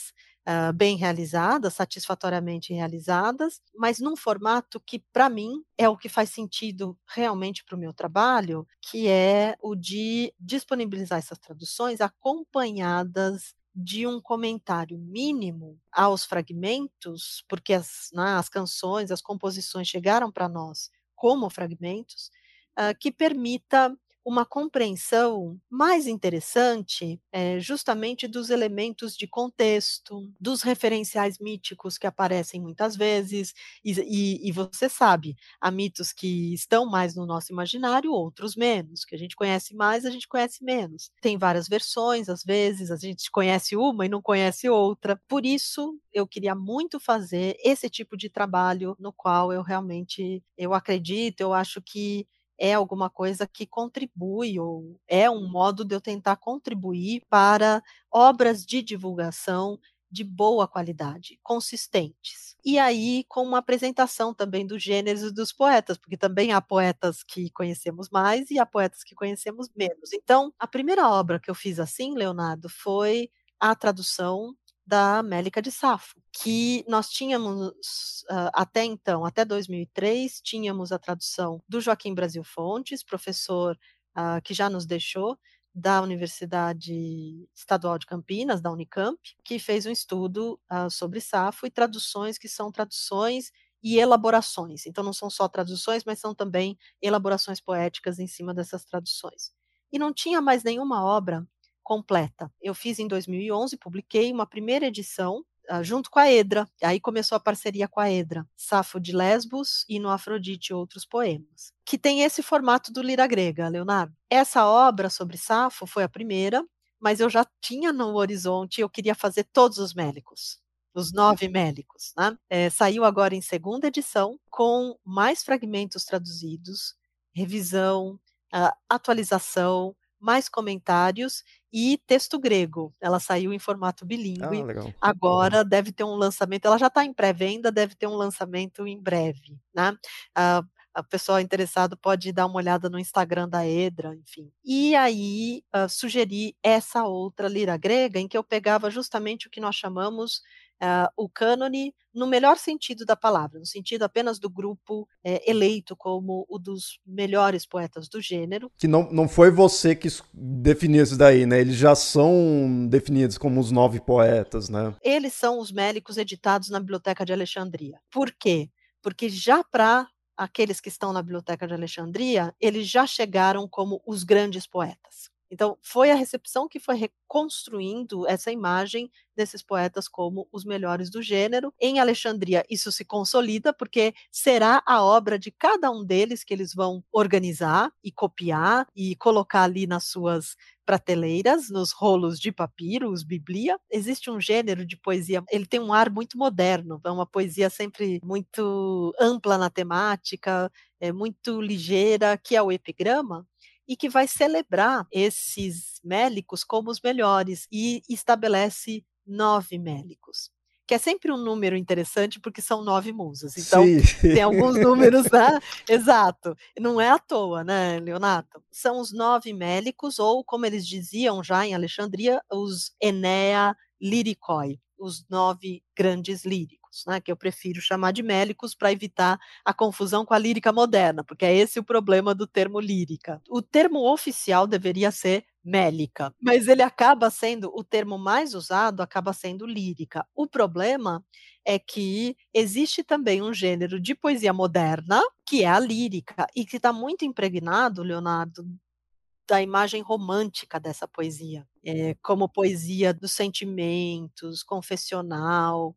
uh, bem realizadas, satisfatoriamente realizadas, mas num formato que, para mim, é o que faz sentido realmente para o meu trabalho, que é o de disponibilizar essas traduções acompanhadas de um comentário mínimo aos fragmentos, porque as, né, as canções, as composições chegaram para nós como fragmentos, uh, que permita uma compreensão mais interessante, é, justamente dos elementos de contexto, dos referenciais míticos que aparecem muitas vezes, e, e, e você sabe, há mitos que estão mais no nosso imaginário, outros menos, que a gente conhece mais, a gente conhece menos. Tem várias versões, às vezes, a gente conhece uma e não conhece outra. Por isso, eu queria muito fazer esse tipo de trabalho no qual eu realmente, eu acredito, eu acho que é alguma coisa que contribui, ou é um modo de eu tentar contribuir para obras de divulgação de boa qualidade, consistentes. E aí, com uma apresentação também dos gêneros e dos poetas, porque também há poetas que conhecemos mais e há poetas que conhecemos menos. Então, a primeira obra que eu fiz assim, Leonardo, foi a tradução da Mélica de Safo, que nós tínhamos uh, até então, até dois mil e três, tínhamos a tradução do Joaquim Brasil Fontes, professor uh, que já nos deixou, da Universidade Estadual de Campinas, da Unicamp, que fez um estudo uh, sobre Safo e traduções que são traduções e elaborações. Então, não são só traduções, mas são também elaborações poéticas em cima dessas traduções. E não tinha mais nenhuma obra completa. Eu fiz em dois mil e onze, publiquei uma primeira edição, uh, junto com a Edra. Aí começou a parceria com a Edra, Safo de Lesbos e No Afrodite e Outros Poemas, que tem esse formato do Lira Grega, Leonardo. Essa obra sobre Safo foi a primeira, mas eu já tinha no horizonte, eu queria fazer todos os mélicos. Os nove mélicos, né? É, saiu agora em segunda edição, com mais fragmentos traduzidos, revisão, uh, atualização, mais comentários e texto grego. Ela saiu em formato Ah, bilíngue. legal. Agora deve ter um lançamento. Ela já está em pré-venda, deve ter um lançamento em breve, né? A, a pessoa interessada pode dar uma olhada no Instagram da Edra, enfim. E aí uh, sugeri essa outra lira grega, em que eu pegava justamente o que nós chamamos Uh, o cânone no melhor sentido da palavra, no sentido apenas do grupo é, eleito como o dos melhores poetas do gênero. Que não, não foi você que definiu isso daí, né? Eles já são definidos como os nove poetas, né? Eles são os mélicos editados na Biblioteca de Alexandria. Por quê? Porque já para aqueles que estão na Biblioteca de Alexandria, eles já chegaram como os grandes poetas. Então, foi a recepção que foi reconstruindo essa imagem desses poetas como os melhores do gênero. Em Alexandria, isso se consolida, porque será a obra de cada um deles que eles vão organizar e copiar e colocar ali nas suas prateleiras, nos rolos de papiro, os biblia. Existe um gênero de poesia, ele tem um ar muito moderno, é uma poesia sempre muito ampla na temática, é muito ligeira, que é o epigrama, e que vai celebrar esses mélicos como os melhores e estabelece nove mélicos, que é sempre um número interessante porque são nove musas. Então, Sim. tem alguns números, né? Exato. Não é à toa, né, Leonardo? São os nove mélicos, ou como eles diziam já em Alexandria, os Enea Lyricoi, os nove grandes líricos, né, que eu prefiro chamar de mélicos para evitar a confusão com a lírica moderna, porque é esse o problema do termo lírica. O termo oficial deveria ser mélica, mas ele acaba sendo, o termo mais usado acaba sendo lírica. O problema é que existe também um gênero de poesia moderna, que é a lírica, e que está muito impregnado, Leonardo, da imagem romântica dessa poesia, é, como poesia dos sentimentos, confessional,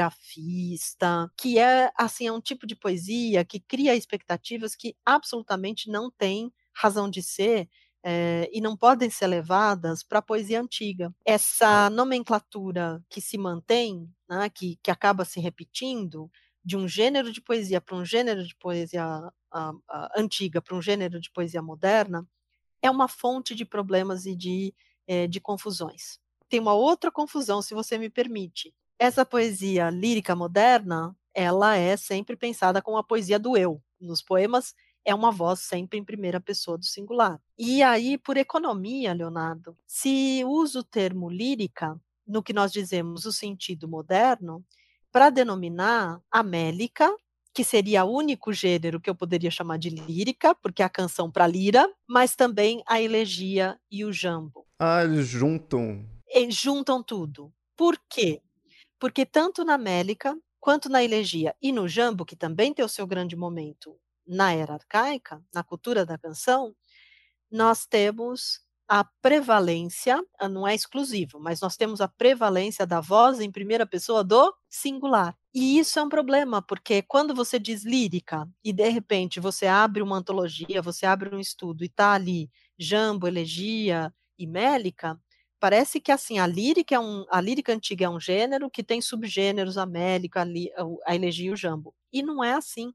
biografista, que é assim é um tipo de poesia que cria expectativas que absolutamente não têm razão de ser. É, e não podem ser levadas para a poesia antiga. Essa nomenclatura que se mantém, né, que, que acaba se repetindo, de um gênero de poesia para um gênero de poesia a, a, antiga para um gênero de poesia moderna, é uma fonte de problemas e de, é, de confusões. Tem uma outra confusão, se você me permite. Essa poesia lírica moderna, ela é sempre pensada como a poesia do eu. Nos poemas, é uma voz sempre em primeira pessoa do singular. E aí, por economia, Leonardo, se usa o termo lírica no que nós dizemos o sentido moderno, para denominar a mélica, que seria o único gênero que eu poderia chamar de lírica, porque é a canção para lira, mas também a elegia e o jambo. Ah, eles juntam. Eles juntam tudo. Por quê? Porque tanto na mélica, quanto na elegia e no jambo, que também tem o seu grande momento na era arcaica, na cultura da canção, nós temos a prevalência, não é exclusivo, mas nós temos a prevalência da voz em primeira pessoa do singular. E isso é um problema, porque quando você diz lírica e de repente você abre uma antologia, você abre um estudo e está ali jambo, elegia e mélica, parece que assim a lírica é um, a lírica antiga é um gênero que tem subgêneros, a mélica, a, li, a elegia e o jambo. E não é assim.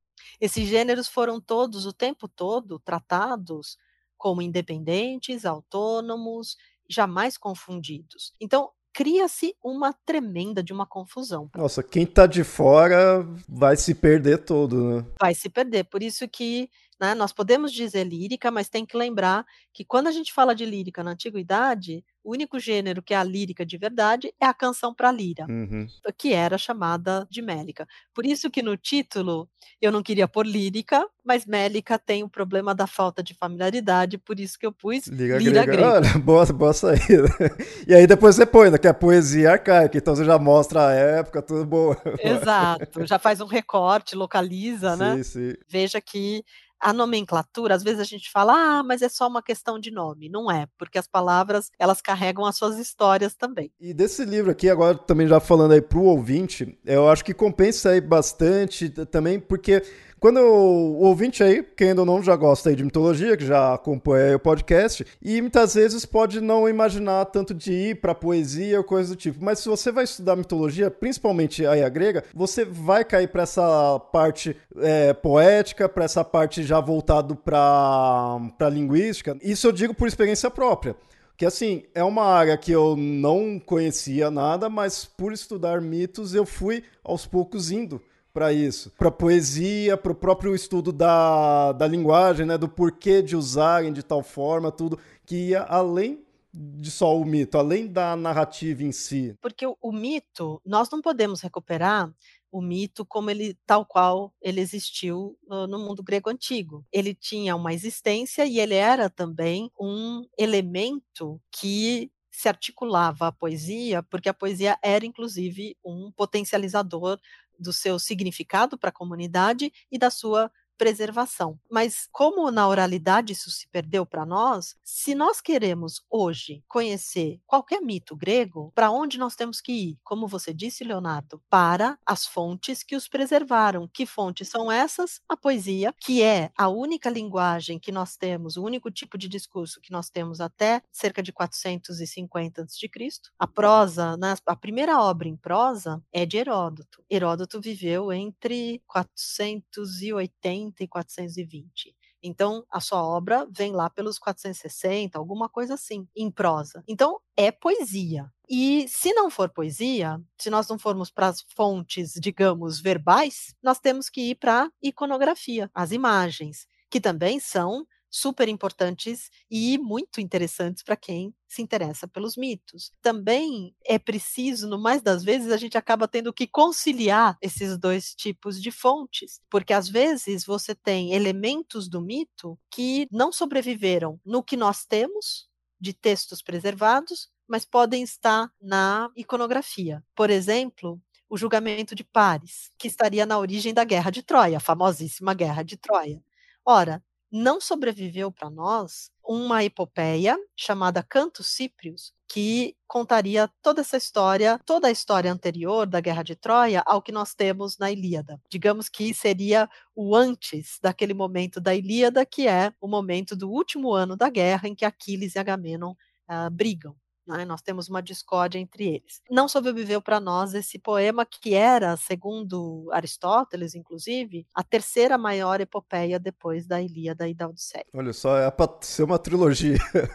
Esses gêneros foram todos, o tempo todo, tratados como independentes, autônomos, jamais confundidos. Então, cria-se uma tremenda de uma confusão. Nossa, quem tá de fora vai se perder todo, né? Vai se perder. Por isso que, né, nós podemos dizer lírica, mas tem que lembrar que quando a gente fala de lírica na antiguidade, o único gênero que é a lírica de verdade é a canção para lira, Uhum. que era chamada de mélica. Por isso que no título eu não queria pôr lírica, mas mélica tem o problema da falta de familiaridade, por isso que eu pus Liga lira grega. grega. Olha, boa, boa saída. E aí depois você põe, né, que é poesia arcaica, então você já mostra a época, tudo boa. Exato, já faz um recorte, localiza, Sim, né? sim. Veja que a nomenclatura, às vezes a gente fala, ah, mas é só uma questão de nome. Não é, porque as palavras, elas carregam as suas histórias também. E desse livro aqui, agora também já falando aí pro ouvinte, eu acho que compensa aí bastante também, porque quando o ouvinte aí, quem ainda não já gosta aí de mitologia, que já acompanha o podcast, e muitas vezes pode não imaginar tanto de ir pra poesia ou coisa do tipo, mas se você vai estudar mitologia, principalmente aí a grega, você vai cair pra essa parte é, poética, pra essa parte já voltado pra, pra linguística. Isso eu digo por experiência própria. Que assim, é uma área que eu não conhecia nada, mas por estudar mitos eu fui aos poucos indo para isso, para poesia, para o próprio estudo da, da linguagem, né, do porquê de usarem de tal forma, tudo que ia além de só o mito, além da narrativa em si. Porque o, o mito, nós não podemos recuperar o mito como ele, tal qual ele existiu no, no mundo grego antigo. Ele tinha uma existência e ele era também um elemento que se articulava à poesia, porque a poesia era inclusive um potencializador do seu significado para a comunidade e da sua preservação. Mas como na oralidade isso se perdeu para nós, se nós queremos hoje conhecer qualquer mito grego, para onde nós temos que ir? Como você disse, Leonardo, para as fontes que os preservaram. Que fontes são essas? A poesia, que é a única linguagem que nós temos, o único tipo de discurso que nós temos até cerca de quatrocentos e cinquenta antes de Cristo. A prosa, né, a primeira obra em prosa é de Heródoto. Heródoto viveu entre quatrocentos e oitenta e quatrocentos e vinte. Então, a sua obra vem lá pelos quatrocentos e sessenta, alguma coisa assim, em prosa. Então, é poesia. E se não for poesia, se nós não formos para as fontes, digamos, verbais, nós temos que ir para a iconografia, as imagens, que também são super importantes e muito interessantes para quem se interessa pelos mitos. Também é preciso, no mais das vezes, a gente acaba tendo que conciliar esses dois tipos de fontes, porque às vezes você tem elementos do mito que não sobreviveram no que nós temos de textos preservados, mas podem estar na iconografia. Por exemplo, o julgamento de Paris, que estaria na origem da Guerra de Troia, a famosíssima Guerra de Troia. Ora, não sobreviveu para nós uma epopeia chamada Cantos Cíprios, que contaria toda essa história, toda a história anterior da Guerra de Troia ao que nós temos na Ilíada. Digamos que seria o antes daquele momento da Ilíada, que é o momento do último ano da guerra em que Aquiles e Agamenon uh, brigam. Né? Nós temos uma discórdia entre eles. Não sobreviveu para nós esse poema que era, segundo Aristóteles, inclusive, a terceira maior epopeia depois da Ilíada e da Odisseia. Olha só, é para ser uma trilogia.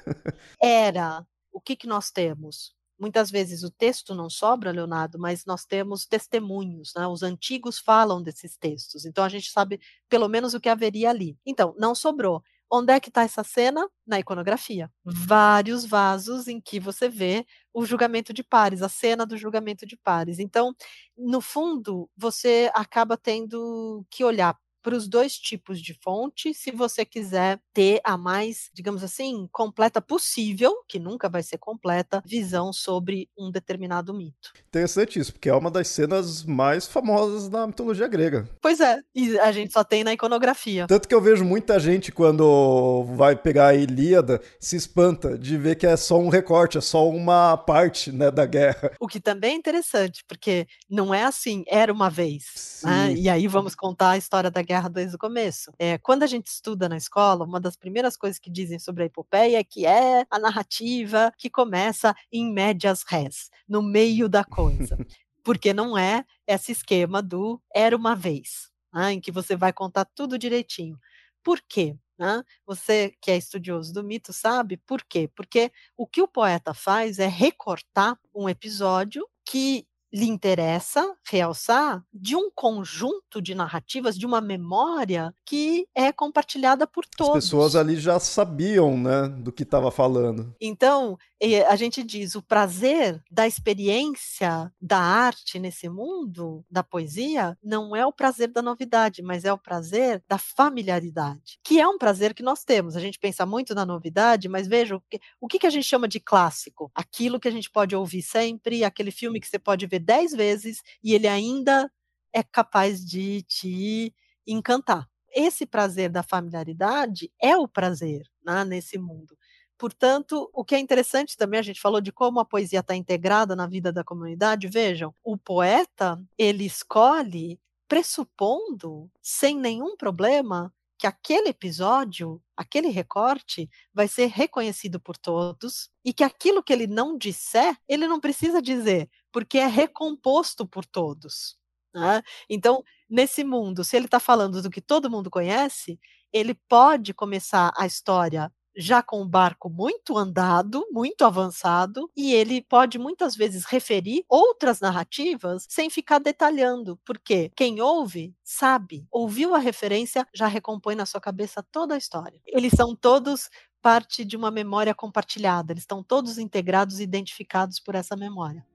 Era. O que, que nós temos? Muitas vezes o texto não sobra, Leonardo, mas nós temos testemunhos, né? Os antigos falam desses textos, então a gente sabe pelo menos o que haveria ali. Então, não sobrou, Onde é que está essa cena? Na iconografia. Vários vasos em que você vê o julgamento de pares, a cena do julgamento de pares. Então, no fundo, você acaba tendo que olhar para os dois tipos de fonte, se você quiser ter a mais, digamos assim, completa possível, que nunca vai ser completa, visão sobre um determinado mito. Interessante isso, porque é uma das cenas mais famosas da mitologia grega. Pois é, e a gente só tem na iconografia. Tanto que eu vejo muita gente, quando vai pegar a Ilíada, se espanta de ver que é só um recorte, é só uma parte, né, da guerra. O que também é interessante, porque não é assim, era uma vez. Né? E aí vamos contar a história da guerra desde o começo. É, quando a gente estuda na escola, uma das primeiras coisas que dizem sobre a epopeia é que é a narrativa que começa em medias res, no meio da coisa. Porque não é esse esquema do era uma vez, né? Em que você vai contar tudo direitinho. Por quê? Né? Você que é estudioso do mito sabe por quê? Porque o que o poeta faz é recortar um episódio que lhe interessa realçar de um conjunto de narrativas, de uma memória que é compartilhada por todos. As pessoas ali já sabiam, né, do que estava falando. Então, a gente diz, o prazer da experiência da arte nesse mundo, da poesia, não é o prazer da novidade, mas é o prazer da familiaridade, que é um prazer que nós temos. A gente pensa muito na novidade, mas veja, o que a gente chama de clássico? Aquilo que a gente pode ouvir sempre, aquele filme que você pode ver dez vezes e ele ainda é capaz de te encantar. Esse prazer da familiaridade é o prazer, né, nesse mundo. Portanto, o que é interessante também, a gente falou de como a poesia está integrada na vida da comunidade. Vejam, o poeta, ele escolhe pressupondo, sem nenhum problema, que aquele episódio, aquele recorte, vai ser reconhecido por todos e que aquilo que ele não disser, ele não precisa dizer, porque é recomposto por todos. Né? Então, nesse mundo, se ele está falando do que todo mundo conhece, ele pode começar a história já com o barco muito andado, muito avançado, e ele pode muitas vezes referir outras narrativas sem ficar detalhando, porque quem ouve sabe, ouviu a referência, já recompõe na sua cabeça toda a história. Eles são todos parte de uma memória compartilhada, eles estão todos integrados e identificados por essa memória.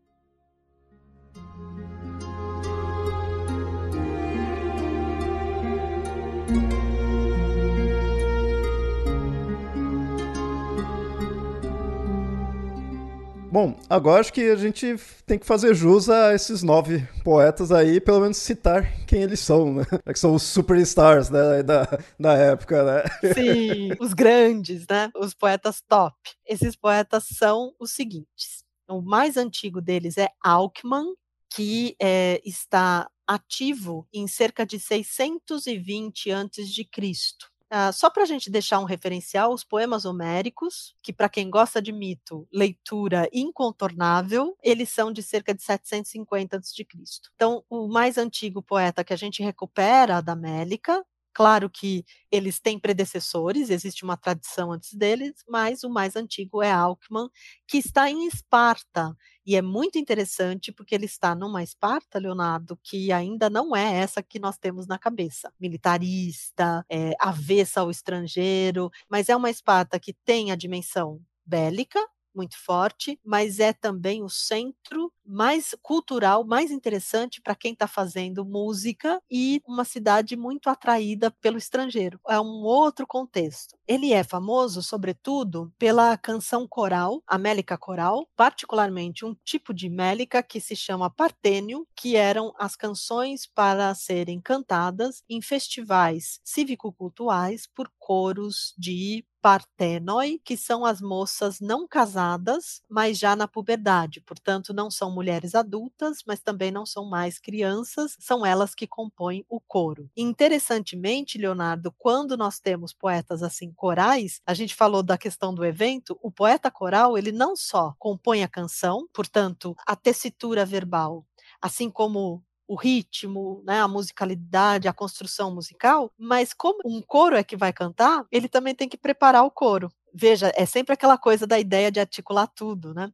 Bom, agora acho que a gente tem que fazer jus a esses nove poetas aí, pelo menos citar quem eles são, né? Que são os superstars, né, da, da época, né? Sim, os grandes, né? Os poetas top. Esses poetas são os seguintes. O mais antigo deles é Alckmin, que é, está ativo em cerca de seiscentos e vinte antes de Cristo. Uh, só para a gente deixar um referencial, os poemas homéricos, que para quem gosta de mito, leitura incontornável, eles são de cerca de setecentos e cinquenta antes de Cristo. Então, o mais antigo poeta que a gente recupera da Mélica, claro que eles têm predecessores, existe uma tradição antes deles, mas o mais antigo é Alckmin, que está em Esparta. E é muito interessante porque ele está numa Esparta, Leonardo, que ainda não é essa que nós temos na cabeça. Militarista, é, avessa ao estrangeiro, mas é uma Esparta que tem a dimensão bélica, muito forte, mas é também o centro mais cultural, mais interessante para quem está fazendo música e uma cidade muito atraída pelo estrangeiro. É um outro contexto. Ele é famoso, sobretudo, pela canção coral, a mélica coral, particularmente um tipo de mélica que se chama partênio, que eram as canções para serem cantadas em festivais cívico-culturais por coros de partenoi, que são as moças não casadas, mas já na puberdade, portanto não são mulheres adultas, mas também não são mais crianças, são elas que compõem o coro. Interessantemente, Leonardo, quando nós temos poetas assim corais, a gente falou da questão do evento, o poeta coral, ele não só compõe a canção, portanto, a tessitura verbal, assim como o ritmo, né, a musicalidade, a construção musical, mas como um coro é que vai cantar, ele também tem que preparar o coro. Veja, é sempre aquela coisa da ideia de articular tudo, né?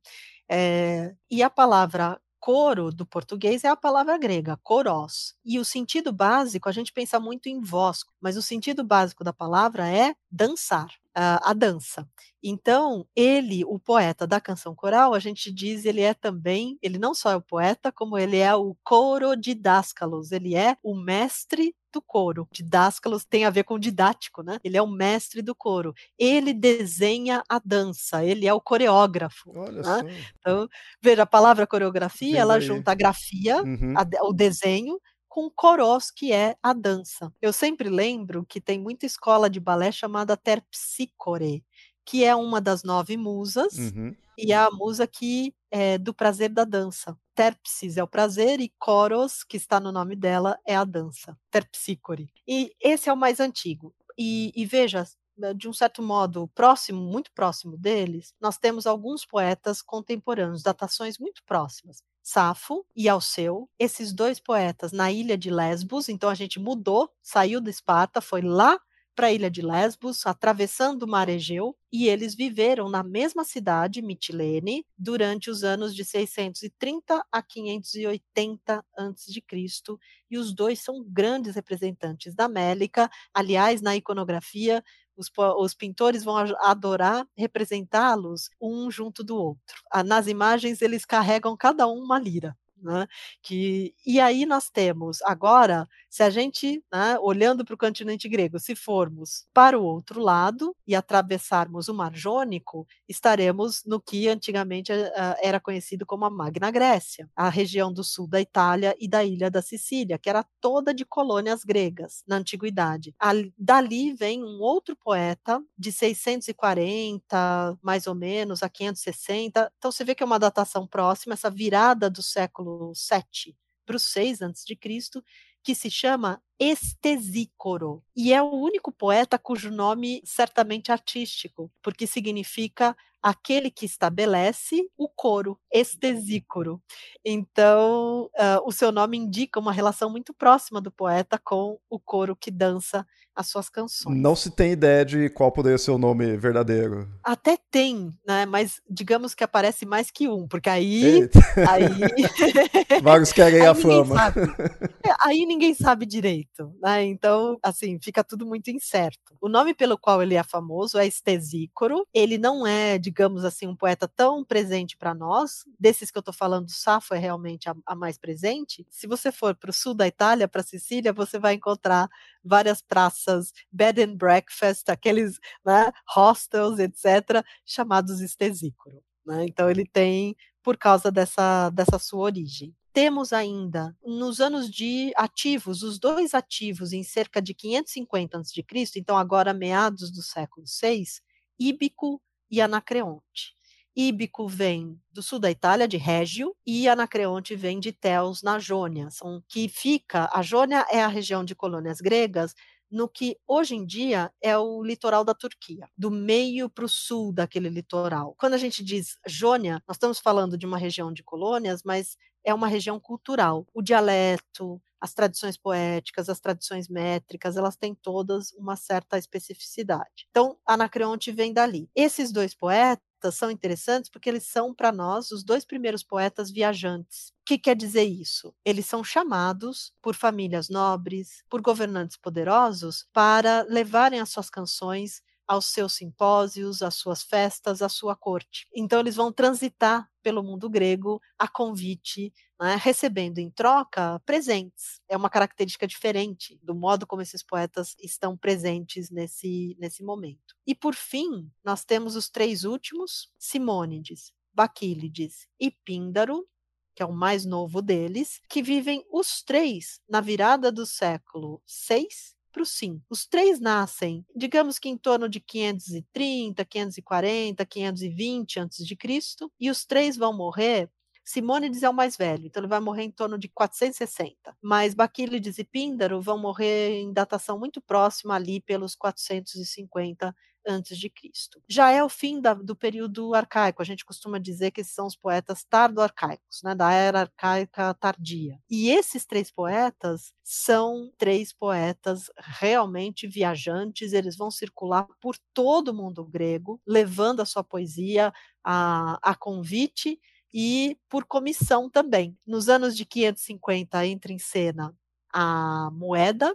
É, e a palavra coro do português é a palavra grega, koros. E o sentido básico, a gente pensa muito em voz, mas o sentido básico da palavra é dançar, a, a dança. Então, ele, o poeta da canção coral, a gente diz, ele é também, ele não só é o poeta, como ele é o corodidáscalos, ele é o mestre do coro. Didáscalos tem a ver com didático, né? Ele é o mestre do coro. Ele desenha a dança, ele é o coreógrafo. Olha Né? só. Então, veja, a palavra coreografia, Vem ela daí. junta a grafia, Uhum. a, o desenho, com coros, que é a dança. Eu sempre lembro que tem muita escola de balé chamada Terpsícore, que é uma das nove musas, Uhum. e é a musa que é do prazer da dança. Terpsis é o prazer e Coros, que está no nome dela, é a dança. Terpsícore. E esse é o mais antigo. E, e veja, de um certo modo, próximo, muito próximo deles, nós temos alguns poetas contemporâneos, datações muito próximas. Safo e Alceu, esses dois poetas na ilha de Lesbos, então a gente mudou, saiu de Esparta, foi lá para a ilha de Lesbos, atravessando o mar Egeu, e eles viveram na mesma cidade, Mitilene, durante os anos de seiscentos e trinta a quinhentos e oitenta antes de Cristo, e os dois são grandes representantes da Mélica. Aliás, na iconografia, os, os pintores vão adorar representá-los um junto do outro. Nas imagens, eles carregam cada um uma lira. Né? Que, e aí nós temos, agora, se a gente, né, olhando para o continente grego, se formos para o outro lado e atravessarmos o Mar Jônico, estaremos no que antigamente uh, era conhecido como a Magna Grécia, a região do sul da Itália e da ilha da Sicília, que era toda de colônias gregas na antiguidade. A, dali vem um outro poeta de seiscentos e quarenta, mais ou menos, a quinhentos e sessenta. Então você vê que é uma datação próxima, essa virada do século sete para o seis antes de Cristo, que se chama Estesícoro, e é o único poeta cujo nome certamente artístico, porque significa aquele que estabelece o coro, Estesícoro. Então, uh, o seu nome indica uma relação muito próxima do poeta com o coro que dança as suas canções. Não se tem ideia de qual poderia ser o nome verdadeiro. Até tem, né? Mas digamos que aparece mais que um, porque aí, aí, vários querem aí a ninguém fama. Sabe. Aí ninguém sabe direito, né? Então, assim, fica tudo muito incerto. O nome pelo qual ele é famoso é Estesícoro. Ele não é, digamos assim, um poeta tão presente para nós. Desses que eu estou falando, Safo é realmente a, a mais presente. Se você for para o sul da Itália, para Sicília, você vai encontrar várias praças, bed and breakfast, aqueles, né, hostels, etcétera, chamados Estesícoro. Né? Então, ele tem, por causa dessa, dessa sua origem. Temos ainda, nos anos de ativos, os dois ativos em cerca de quinhentos e cinquenta antes de Cristo, então agora meados do século seis, Íbico e Anacreonte. Íbico vem do sul da Itália, de Régio, e Anacreonte vem de Teos, na Jônia, são, que fica, a Jônia é a região de colônias gregas, no que hoje em dia é o litoral da Turquia, do meio para o sul daquele litoral. Quando a gente diz Jônia, nós estamos falando de uma região de colônias, mas é uma região cultural. O dialeto, as tradições poéticas, as tradições métricas, elas têm todas uma certa especificidade. Então, Anacreonte vem dali. Esses dois poetas são interessantes porque eles são, para nós, os dois primeiros poetas viajantes. O que quer dizer isso? Eles são chamados por famílias nobres, por governantes poderosos, para levarem as suas canções aos seus simpósios, às suas festas, à sua corte. Então, eles vão transitar pelo mundo grego a convite, né, recebendo em troca presentes. É uma característica diferente do modo como esses poetas estão presentes nesse, nesse momento. E, por fim, nós temos os três últimos, Simônides, Baquílides e Píndaro, que é o mais novo deles, que vivem os três na virada do século seis para o cinco. Os três nascem, digamos que em torno de quinhentos e trinta, quinhentos e quarenta, quinhentos e vinte antes de Cristo, e os três vão morrer. Simônides é o mais velho, então ele vai morrer em torno de quatrocentos e sessenta, mas Baquílides e Píndaro vão morrer em datação muito próxima ali pelos quatrocentos e cinquenta antes de Cristo. Já é o fim da, do período arcaico, a gente costuma dizer que esses são os poetas tardo-arcaicos, né, da era arcaica tardia. E esses três poetas são três poetas realmente viajantes, eles vão circular por todo o mundo grego, levando a sua poesia a, a convite e por comissão também. Nos anos de quinhentos e cinquenta entra em cena a moeda.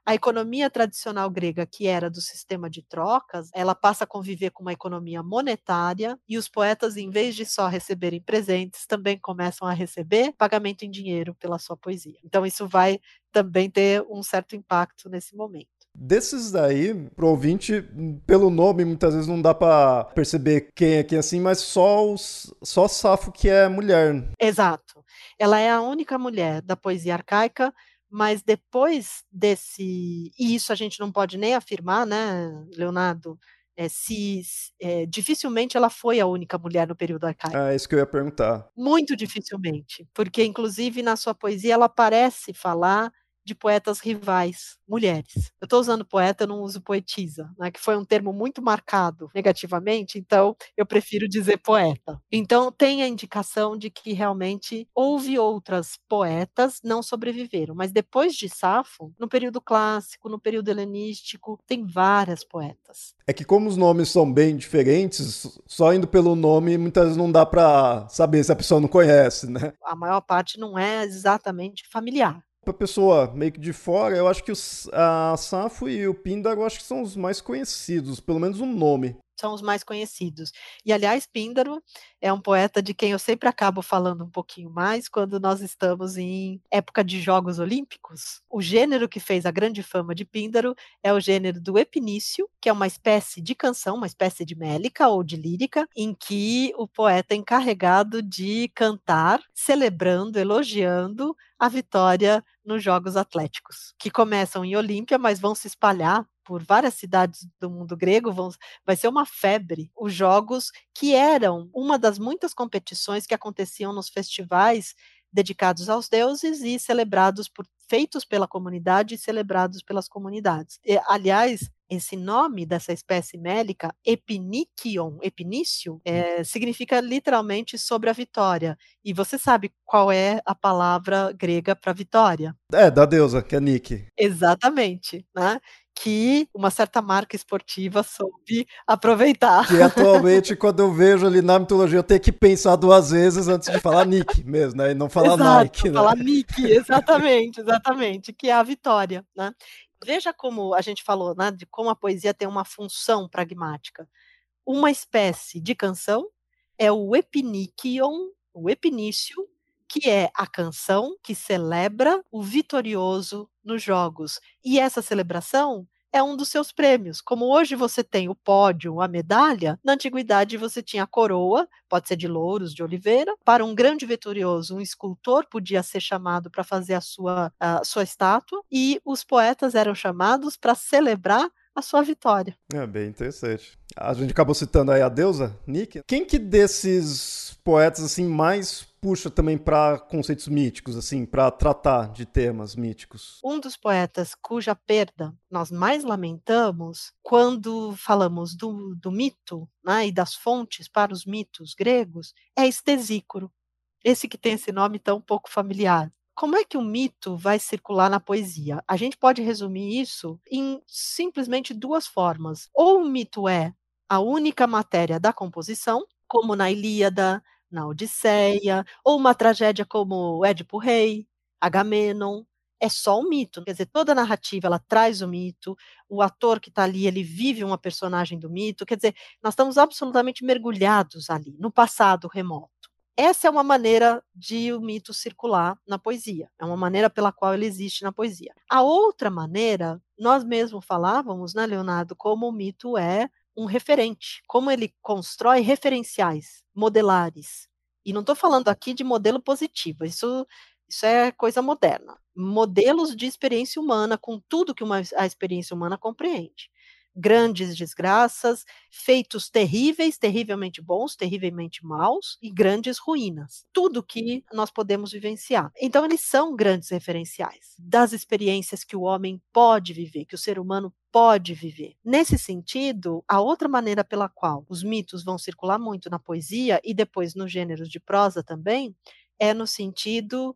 A economia tradicional grega, que era do sistema de trocas, ela passa a conviver com uma economia monetária e os poetas, em vez de só receberem presentes, também começam a receber pagamento em dinheiro pela sua poesia. Então isso vai também ter um certo impacto nesse momento. Desses daí, pro ouvinte, pelo nome, muitas vezes não dá pra perceber quem é quem assim, mas só, os, só Safo que é mulher. Exato. Ela é a única mulher da poesia arcaica, mas depois desse... E isso a gente não pode nem afirmar, né, Leonardo? É, se, é, dificilmente ela foi a única mulher no período arcaico. Ah, é isso que eu ia perguntar. Muito dificilmente, porque inclusive na sua poesia ela parece falar de poetas rivais, mulheres. Eu estou usando poeta, eu não uso poetisa, né, que foi um termo muito marcado negativamente, então eu prefiro dizer poeta. Então tem a indicação de que realmente houve outras poetas, não sobreviveram, mas depois de Safo, no período clássico, no período helenístico, tem várias poetas. É que como os nomes são bem diferentes, só indo pelo nome, muitas vezes não dá pra saber se a pessoa não conhece, né? A maior parte não é exatamente familiar. Pra pessoa meio que de fora, eu acho que os, a Safo e o Píndaro, eu acho que são os mais conhecidos, pelo menos um nome. São os mais conhecidos. E, aliás, Píndaro é um poeta de quem eu sempre acabo falando um pouquinho mais quando nós estamos em época de Jogos Olímpicos. O gênero que fez a grande fama de Píndaro é o gênero do epinício, que é uma espécie de canção, uma espécie de mélica ou de lírica, em que o poeta é encarregado de cantar, celebrando, elogiando a vitória nos Jogos Atléticos, que começam em Olímpia, mas vão se espalhar por várias cidades do mundo grego, vão, vai ser uma febre. Os jogos que eram uma das muitas competições que aconteciam nos festivais dedicados aos deuses e celebrados por, feitos pela comunidade e celebrados pelas comunidades. E, aliás, esse nome dessa espécie mélica, Epinikion, epinício, é, significa literalmente sobre a vitória. E você sabe qual é a palavra grega para vitória? É, da deusa, que é Nick. Exatamente, né? Que uma certa marca esportiva soube aproveitar. Que atualmente, quando eu vejo ali na mitologia, eu tenho que pensar duas vezes antes de falar Nick mesmo, né? E não falar Exato, Nike, né? falar Nick, exatamente, exatamente, que é a vitória, né? Veja como a gente falou, né, de como a poesia tem uma função pragmática. Uma espécie de canção é o epinikion, o epinício, que é a canção que celebra o vitorioso nos jogos. E essa celebração é um dos seus prêmios. Como hoje você tem o pódio, a medalha, na antiguidade você tinha a coroa, pode ser de louros, de oliveira. Para um grande vitorioso, um escultor podia ser chamado para fazer a sua, a sua estátua, e os poetas eram chamados para celebrar a sua vitória. É bem interessante. A gente acabou citando aí a deusa, Nick. Quem que desses poetas, assim, mais puxa também para conceitos míticos, assim, para tratar de temas míticos? Um dos poetas cuja perda nós mais lamentamos quando falamos do, do mito, né, e das fontes para os mitos gregos é Ctesícoro, esse que tem esse nome tão pouco familiar. Como é que o mito vai circular na poesia? A gente pode resumir isso em simplesmente duas formas. Ou o mito é a única matéria da composição, como na Ilíada, na Odisseia, ou uma tragédia como o Édipo Rei, Agamenon, é só um mito. Quer dizer, toda a narrativa ela traz o mito, o ator que está ali, ele vive uma personagem do mito, quer dizer, nós estamos absolutamente mergulhados ali, no passado remoto. Essa é uma maneira de o mito circular na poesia, é uma maneira pela qual ele existe na poesia. A outra maneira, nós mesmos falávamos, né, Leonardo, como o mito é um referente, como ele constrói referenciais, modelares. E não estou falando aqui de modelo positivo, isso, isso é coisa moderna. Modelos de experiência humana, com tudo que uma, a experiência humana compreende. Grandes desgraças, feitos terríveis, terrivelmente bons, terrivelmente maus, e grandes ruínas. Tudo que nós podemos vivenciar. Então, eles são grandes referenciais das experiências que o homem pode viver, que o ser humano pode viver. Nesse sentido, a outra maneira pela qual os mitos vão circular muito na poesia e depois nos gêneros de prosa também, é no sentido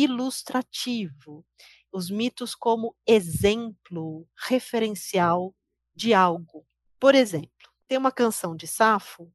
ilustrativo. Os mitos como exemplo referencial de algo. Por exemplo, tem uma canção de Safo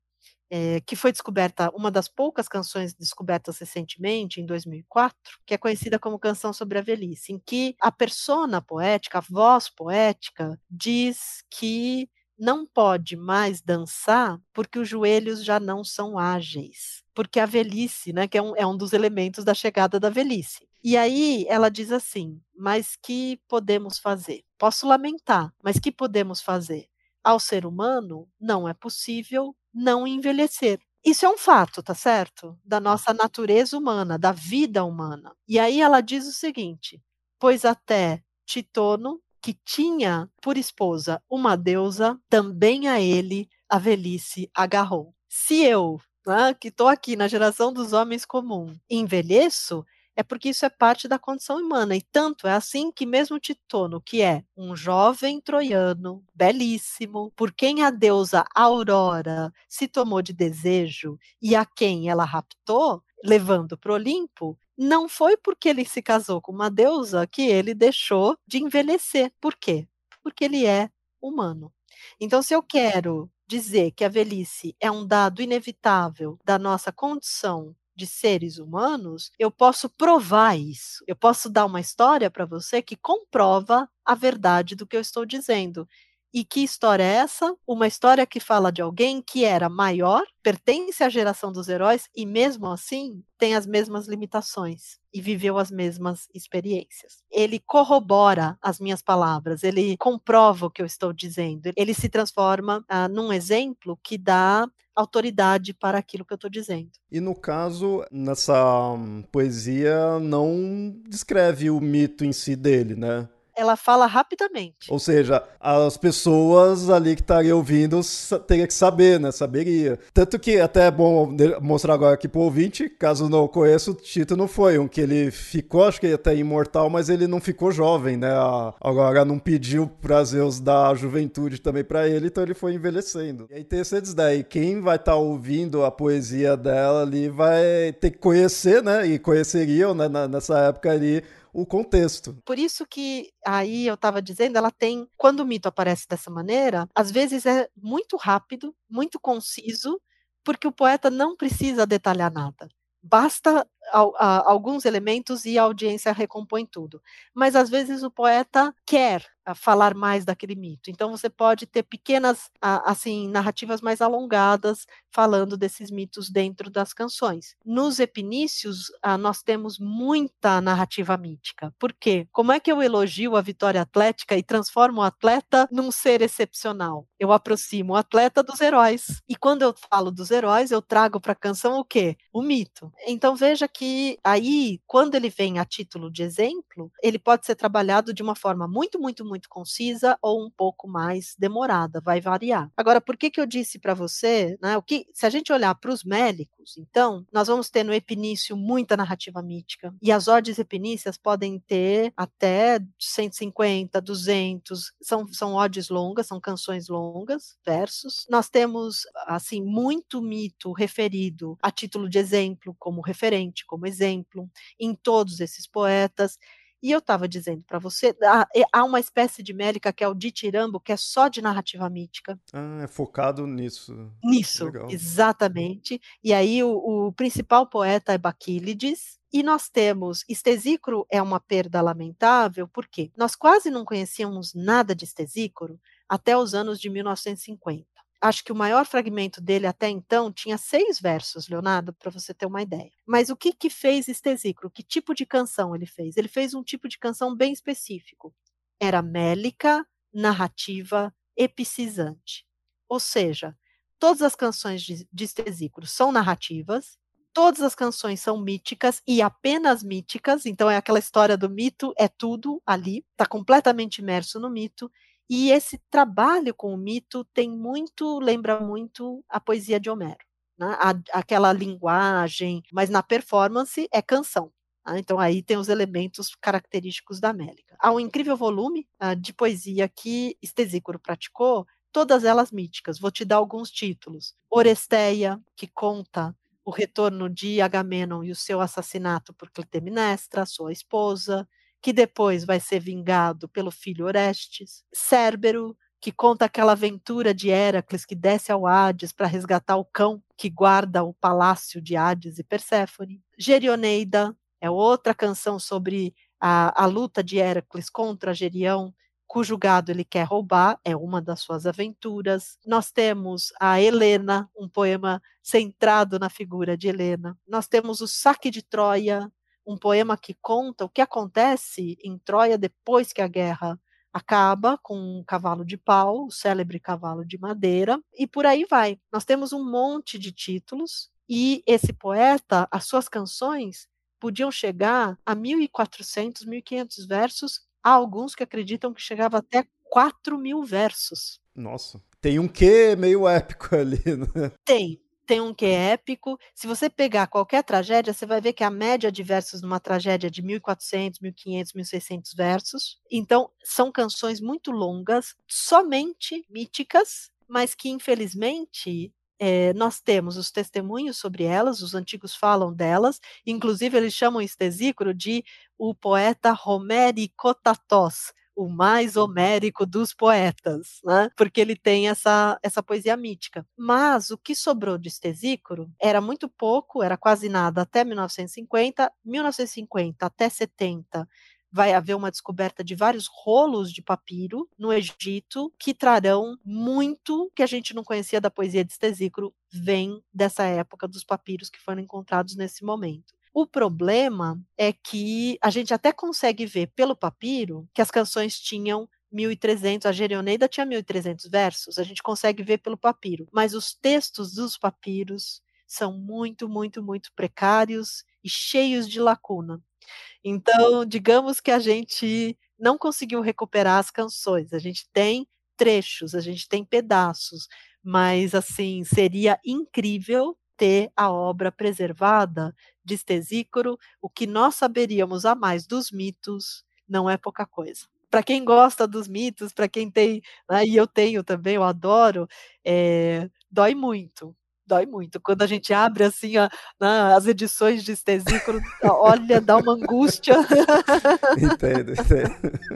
é, que foi descoberta, uma das poucas canções descobertas recentemente, em dois mil e quatro, que é conhecida como Canção sobre a Velhice, em que a persona poética, a voz poética, diz que não pode mais dançar porque os joelhos já não são ágeis, porque a velhice, né, que é um, é um dos elementos da chegada da velhice. E aí ela diz assim, mas que podemos fazer? Posso lamentar, mas que podemos fazer? Ao ser humano, não é possível não envelhecer. Isso é um fato, tá certo? Da nossa natureza humana, da vida humana. E aí ela diz o seguinte: pois até Titono, que tinha por esposa uma deusa, também a ele a velhice agarrou. Se eu, né, que estou aqui na geração dos homens comum, envelheço, é porque isso é parte da condição humana. E tanto é assim que mesmo Titono, que é um jovem troiano, belíssimo, por quem a deusa Aurora se tomou de desejo e a quem ela raptou, levando para o Olimpo, não foi porque ele se casou com uma deusa que ele deixou de envelhecer. Por quê? Porque ele é humano. Então, se eu quero dizer que a velhice é um dado inevitável da nossa condição de seres humanos, eu posso provar isso. Eu posso dar uma história para você que comprova a verdade do que eu estou dizendo. E que história é essa? Uma história que fala de alguém que era maior, pertence à geração dos heróis e, mesmo assim, tem as mesmas limitações e viveu as mesmas experiências. Ele corrobora as minhas palavras, ele comprova o que eu estou dizendo, ele se transforma ah, num exemplo que dá autoridade para aquilo que eu estou dizendo. E no caso, nessa hum, poesia não descreve o mito em si dele, né? Ela fala rapidamente. Ou seja, as pessoas ali que estariam ouvindo teriam que saber, né? Saberia. Tanto que até é bom mostrar agora aqui pro ouvinte, caso não conheça, o Tito não foi um que ele ficou, acho que até imortal, mas ele não ficou jovem, né? Agora não pediu pra Zeus dar a juventude também pra ele, então ele foi envelhecendo. E aí tem esses daí, quem vai estar tá ouvindo a poesia dela ali vai ter que conhecer, né? E conheceriam, né? Nessa época ali, o contexto. Por isso que aí eu estava dizendo, ela tem, quando o mito aparece dessa maneira, às vezes é muito rápido, muito conciso, porque o poeta não precisa detalhar nada. Basta alguns elementos e a audiência recompõe tudo. Mas às vezes o poeta quer falar mais daquele mito. Então você pode ter pequenas, assim, narrativas mais alongadas falando desses mitos dentro das canções. Nos epinícios, nós temos muita narrativa mítica. Por quê? Como é que eu elogio a vitória atlética e transformo o atleta num ser excepcional? Eu aproximo o atleta dos heróis. E quando eu falo dos heróis, eu trago para a canção o quê? O mito. Então veja que aí, quando ele vem a título de exemplo, ele pode ser trabalhado de uma forma muito, muito, muito concisa ou um pouco mais demorada, vai variar. Agora, por que que eu disse para você, né, o que, se a gente olhar para os mélicos, então, nós vamos ter no epinício muita narrativa mítica, e as odes epinícias podem ter até cento e cinquenta, duzentos, são, são odes longas, são canções longas, versos. Nós temos, assim, muito mito referido a título de exemplo, como referente, como exemplo, em todos esses poetas. E eu estava dizendo para você, há uma espécie de mélica que é o ditirambo, que é só de narrativa mítica. Ah, é focado nisso. Nisso, Legal. exatamente. E aí o, o principal poeta é Baquílides, e nós temos, Estesícoro é uma perda lamentável, porque nós quase não conhecíamos nada de Estesícoro até os anos de mil novecentos e cinquenta. Acho que o maior fragmento dele até então tinha seis versos, Leonardo, para você ter uma ideia. Mas o que, que fez Estesícoro? Que tipo de canção ele fez? Ele fez um tipo de canção bem específico. Era mélica, narrativa, epicizante. Ou seja, todas as canções de, de Estesícoro são narrativas, todas as canções são míticas e apenas míticas, então é aquela história do mito, é tudo ali, está completamente imerso no mito. E esse trabalho com o mito tem muito, lembra muito a poesia de Homero, né? a, aquela linguagem, mas na performance é canção. Né? Então aí tem os elementos característicos da mélica. Há um incrível volume uh, de poesia que Estesícoro praticou, todas elas míticas. Vou te dar alguns títulos. Oresteia, que conta o retorno de Agamenon e o seu assassinato por Clitemnestra, sua esposa, que depois vai ser vingado pelo filho Orestes. Cérbero, que conta aquela aventura de Héracles que desce ao Hades para resgatar o cão que guarda o palácio de Hades e Perséfone. Gerioneida é outra canção sobre a, a luta de Héracles contra Gerião, cujo gado ele quer roubar, é uma das suas aventuras. Nós temos a Helena, um poema centrado na figura de Helena. Nós temos o Saque de Troia, um poema que conta o que acontece em Troia depois que a guerra acaba, com um cavalo de pau, o célebre cavalo de madeira, e por aí vai. Nós temos um monte de títulos, e esse poeta, as suas canções podiam chegar a mil e quatrocentos, mil e quinhentos versos. Há alguns que acreditam que chegava até quatro mil versos. Nossa, tem um quê meio épico ali, né? Tem, tem um quê épico. Se você pegar qualquer tragédia, você vai ver que a média de versos numa tragédia é de mil e quatrocentos, mil e quinhentos, mil e seiscentos versos. Então, são canções muito longas, somente míticas, mas que, infelizmente, é, nós temos os testemunhos sobre elas, os antigos falam delas, inclusive eles chamam Estesícoro de o poeta Homérico-Tatós, o mais homérico dos poetas, né? Porque ele tem essa, essa poesia mítica. Mas o que sobrou de Estesícoro era muito pouco, era quase nada até mil novecentos e cinquenta, mil novecentos e cinquenta até setenta, vai haver uma descoberta de vários rolos de papiro no Egito que trarão muito que a gente não conhecia da poesia de Estesícoro, vem dessa época dos papiros que foram encontrados nesse momento. O problema é que a gente até consegue ver pelo papiro que as canções tinham mil e trezentos, a Gerioneida tinha mil e trezentos versos, a gente consegue ver pelo papiro, mas os textos dos papiros são muito, muito, muito precários e cheios de lacuna. Então, digamos que a gente não conseguiu recuperar as canções, a gente tem trechos, a gente tem pedaços, mas, assim, seria incrível ter a obra preservada de Estesícoro. O que nós saberíamos a mais dos mitos não é pouca coisa. Para quem gosta dos mitos, para quem tem, né, e eu tenho também, eu adoro, é, dói muito. Dói muito. Quando a gente abre assim a, né, as edições de Estesícoro, olha, dá uma angústia. Entendo, entendo.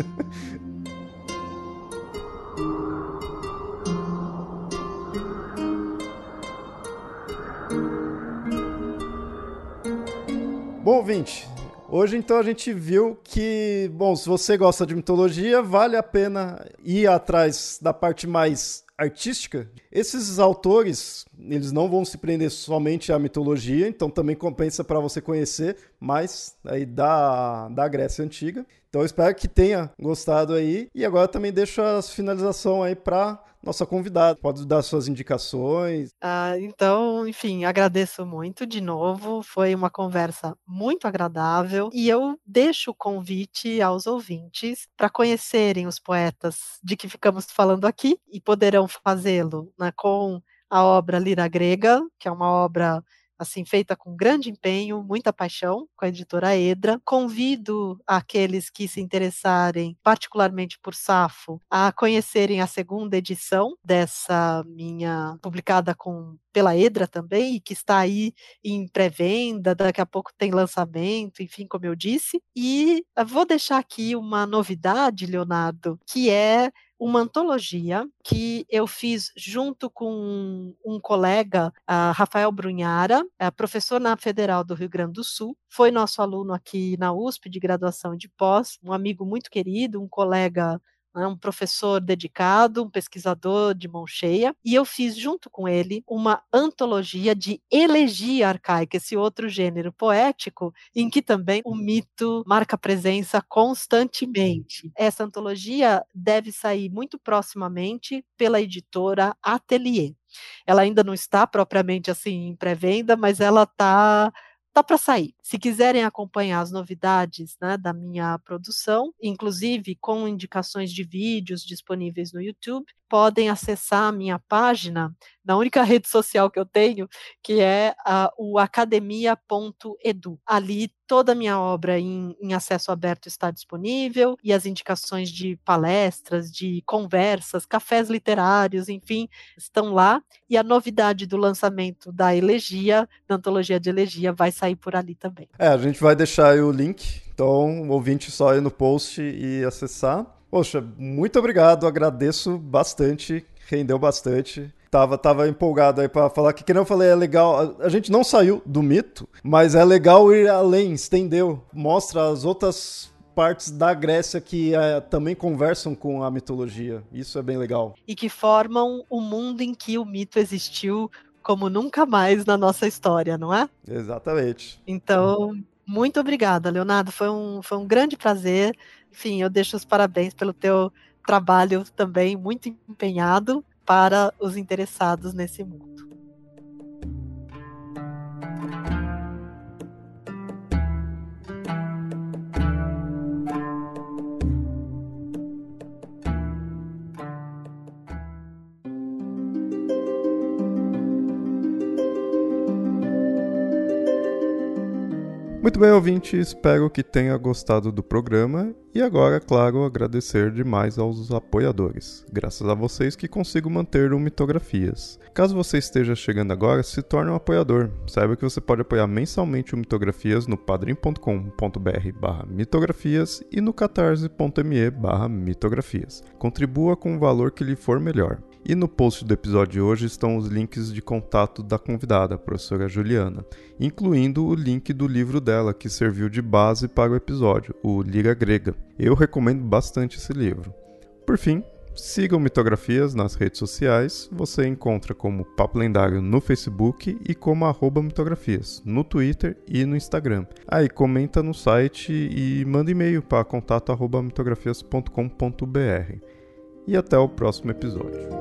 Bom, ouvinte, hoje então a gente viu que, bom, se você gosta de mitologia, vale a pena ir atrás da parte mais artística. Esses autores, eles não vão se prender somente à mitologia, então também compensa para você conhecer mais aí da, da Grécia Antiga. Então eu espero que tenha gostado aí, e agora também deixo a finalização aí para nossa convidada. Pode dar suas indicações. Ah, então, enfim, agradeço muito de novo, foi uma conversa muito agradável, e eu deixo o convite aos ouvintes para conhecerem os poetas de que ficamos falando aqui, e poderão fazê-lo, né, com a obra Lira Grega, que é uma obra assim, feita com grande empenho, muita paixão, com a editora Edra. Convido aqueles que se interessarem, particularmente por Safo, a conhecerem a segunda edição dessa minha, publicada com, pela Edra também, e que está aí em pré-venda, daqui a pouco tem lançamento, enfim, como eu disse. E vou deixar aqui uma novidade, Leonardo, que é uma antologia que eu fiz junto com um colega, uh, Rafael Brunhara, uh, professor na Federal do Rio Grande do Sul, foi nosso aluno aqui na U S P de graduação e de pós, um amigo muito querido, um colega, né, um professor dedicado, um pesquisador de mão cheia, e eu fiz junto com ele uma antologia de elegia arcaica, esse outro gênero poético, em que também o mito marca presença constantemente. Essa antologia deve sair muito proximamente pela editora Atelier. Ela ainda não está propriamente assim em pré-venda, mas ela está Tá para sair. Se quiserem acompanhar as novidades, né, da minha produção, inclusive com indicações de vídeos disponíveis no YouTube, podem acessar a minha página na única rede social que eu tenho, que é uh, o academia ponto edu. Ali toda a minha obra em, em acesso aberto está disponível, e as indicações de palestras, de conversas, cafés literários, enfim, estão lá. E a novidade do lançamento da elegia, da antologia de elegia, vai sair por ali também. É, a gente vai deixar aí o link, então o ouvinte só ir no post e acessar. Poxa, muito obrigado, agradeço bastante, rendeu bastante. Tava, tava empolgado aí pra falar que, que nem eu falei, é legal, a, a gente não saiu do mito, mas é legal ir além, estendeu, mostra as outras partes da Grécia que é, também conversam com a mitologia, isso é bem legal. E que formam o mundo em que o mito existiu como nunca mais na nossa história, não é? Exatamente. Então, muito obrigada, Leonardo, foi um, foi um grande prazer, enfim, eu deixo os parabéns pelo teu trabalho também muito empenhado para os interessados nesse mundo. Muito bem, ouvinte, espero que tenha gostado do programa e agora, claro, agradecer demais aos apoiadores. Graças a vocês que consigo manter o Mitografias. Caso você esteja chegando agora, se torne um apoiador. Saiba que você pode apoiar mensalmente o Mitografias no padrim ponto com ponto b r barra mitografias e no catarse ponto m e barra mitografias. Contribua com o valor que lhe for melhor. E no post do episódio de hoje estão os links de contato da convidada, a professora Juliana, incluindo o link do livro dela, que serviu de base para o episódio, o Líria Grega. Eu recomendo bastante esse livro. Por fim, sigam Mitografias nas redes sociais, você encontra como Papo Lendário no Facebook e como arroba Mitografias, no Twitter e no Instagram. Aí comenta no site e manda e-mail para contato arroba mitografias ponto com ponto b r. E até o próximo episódio.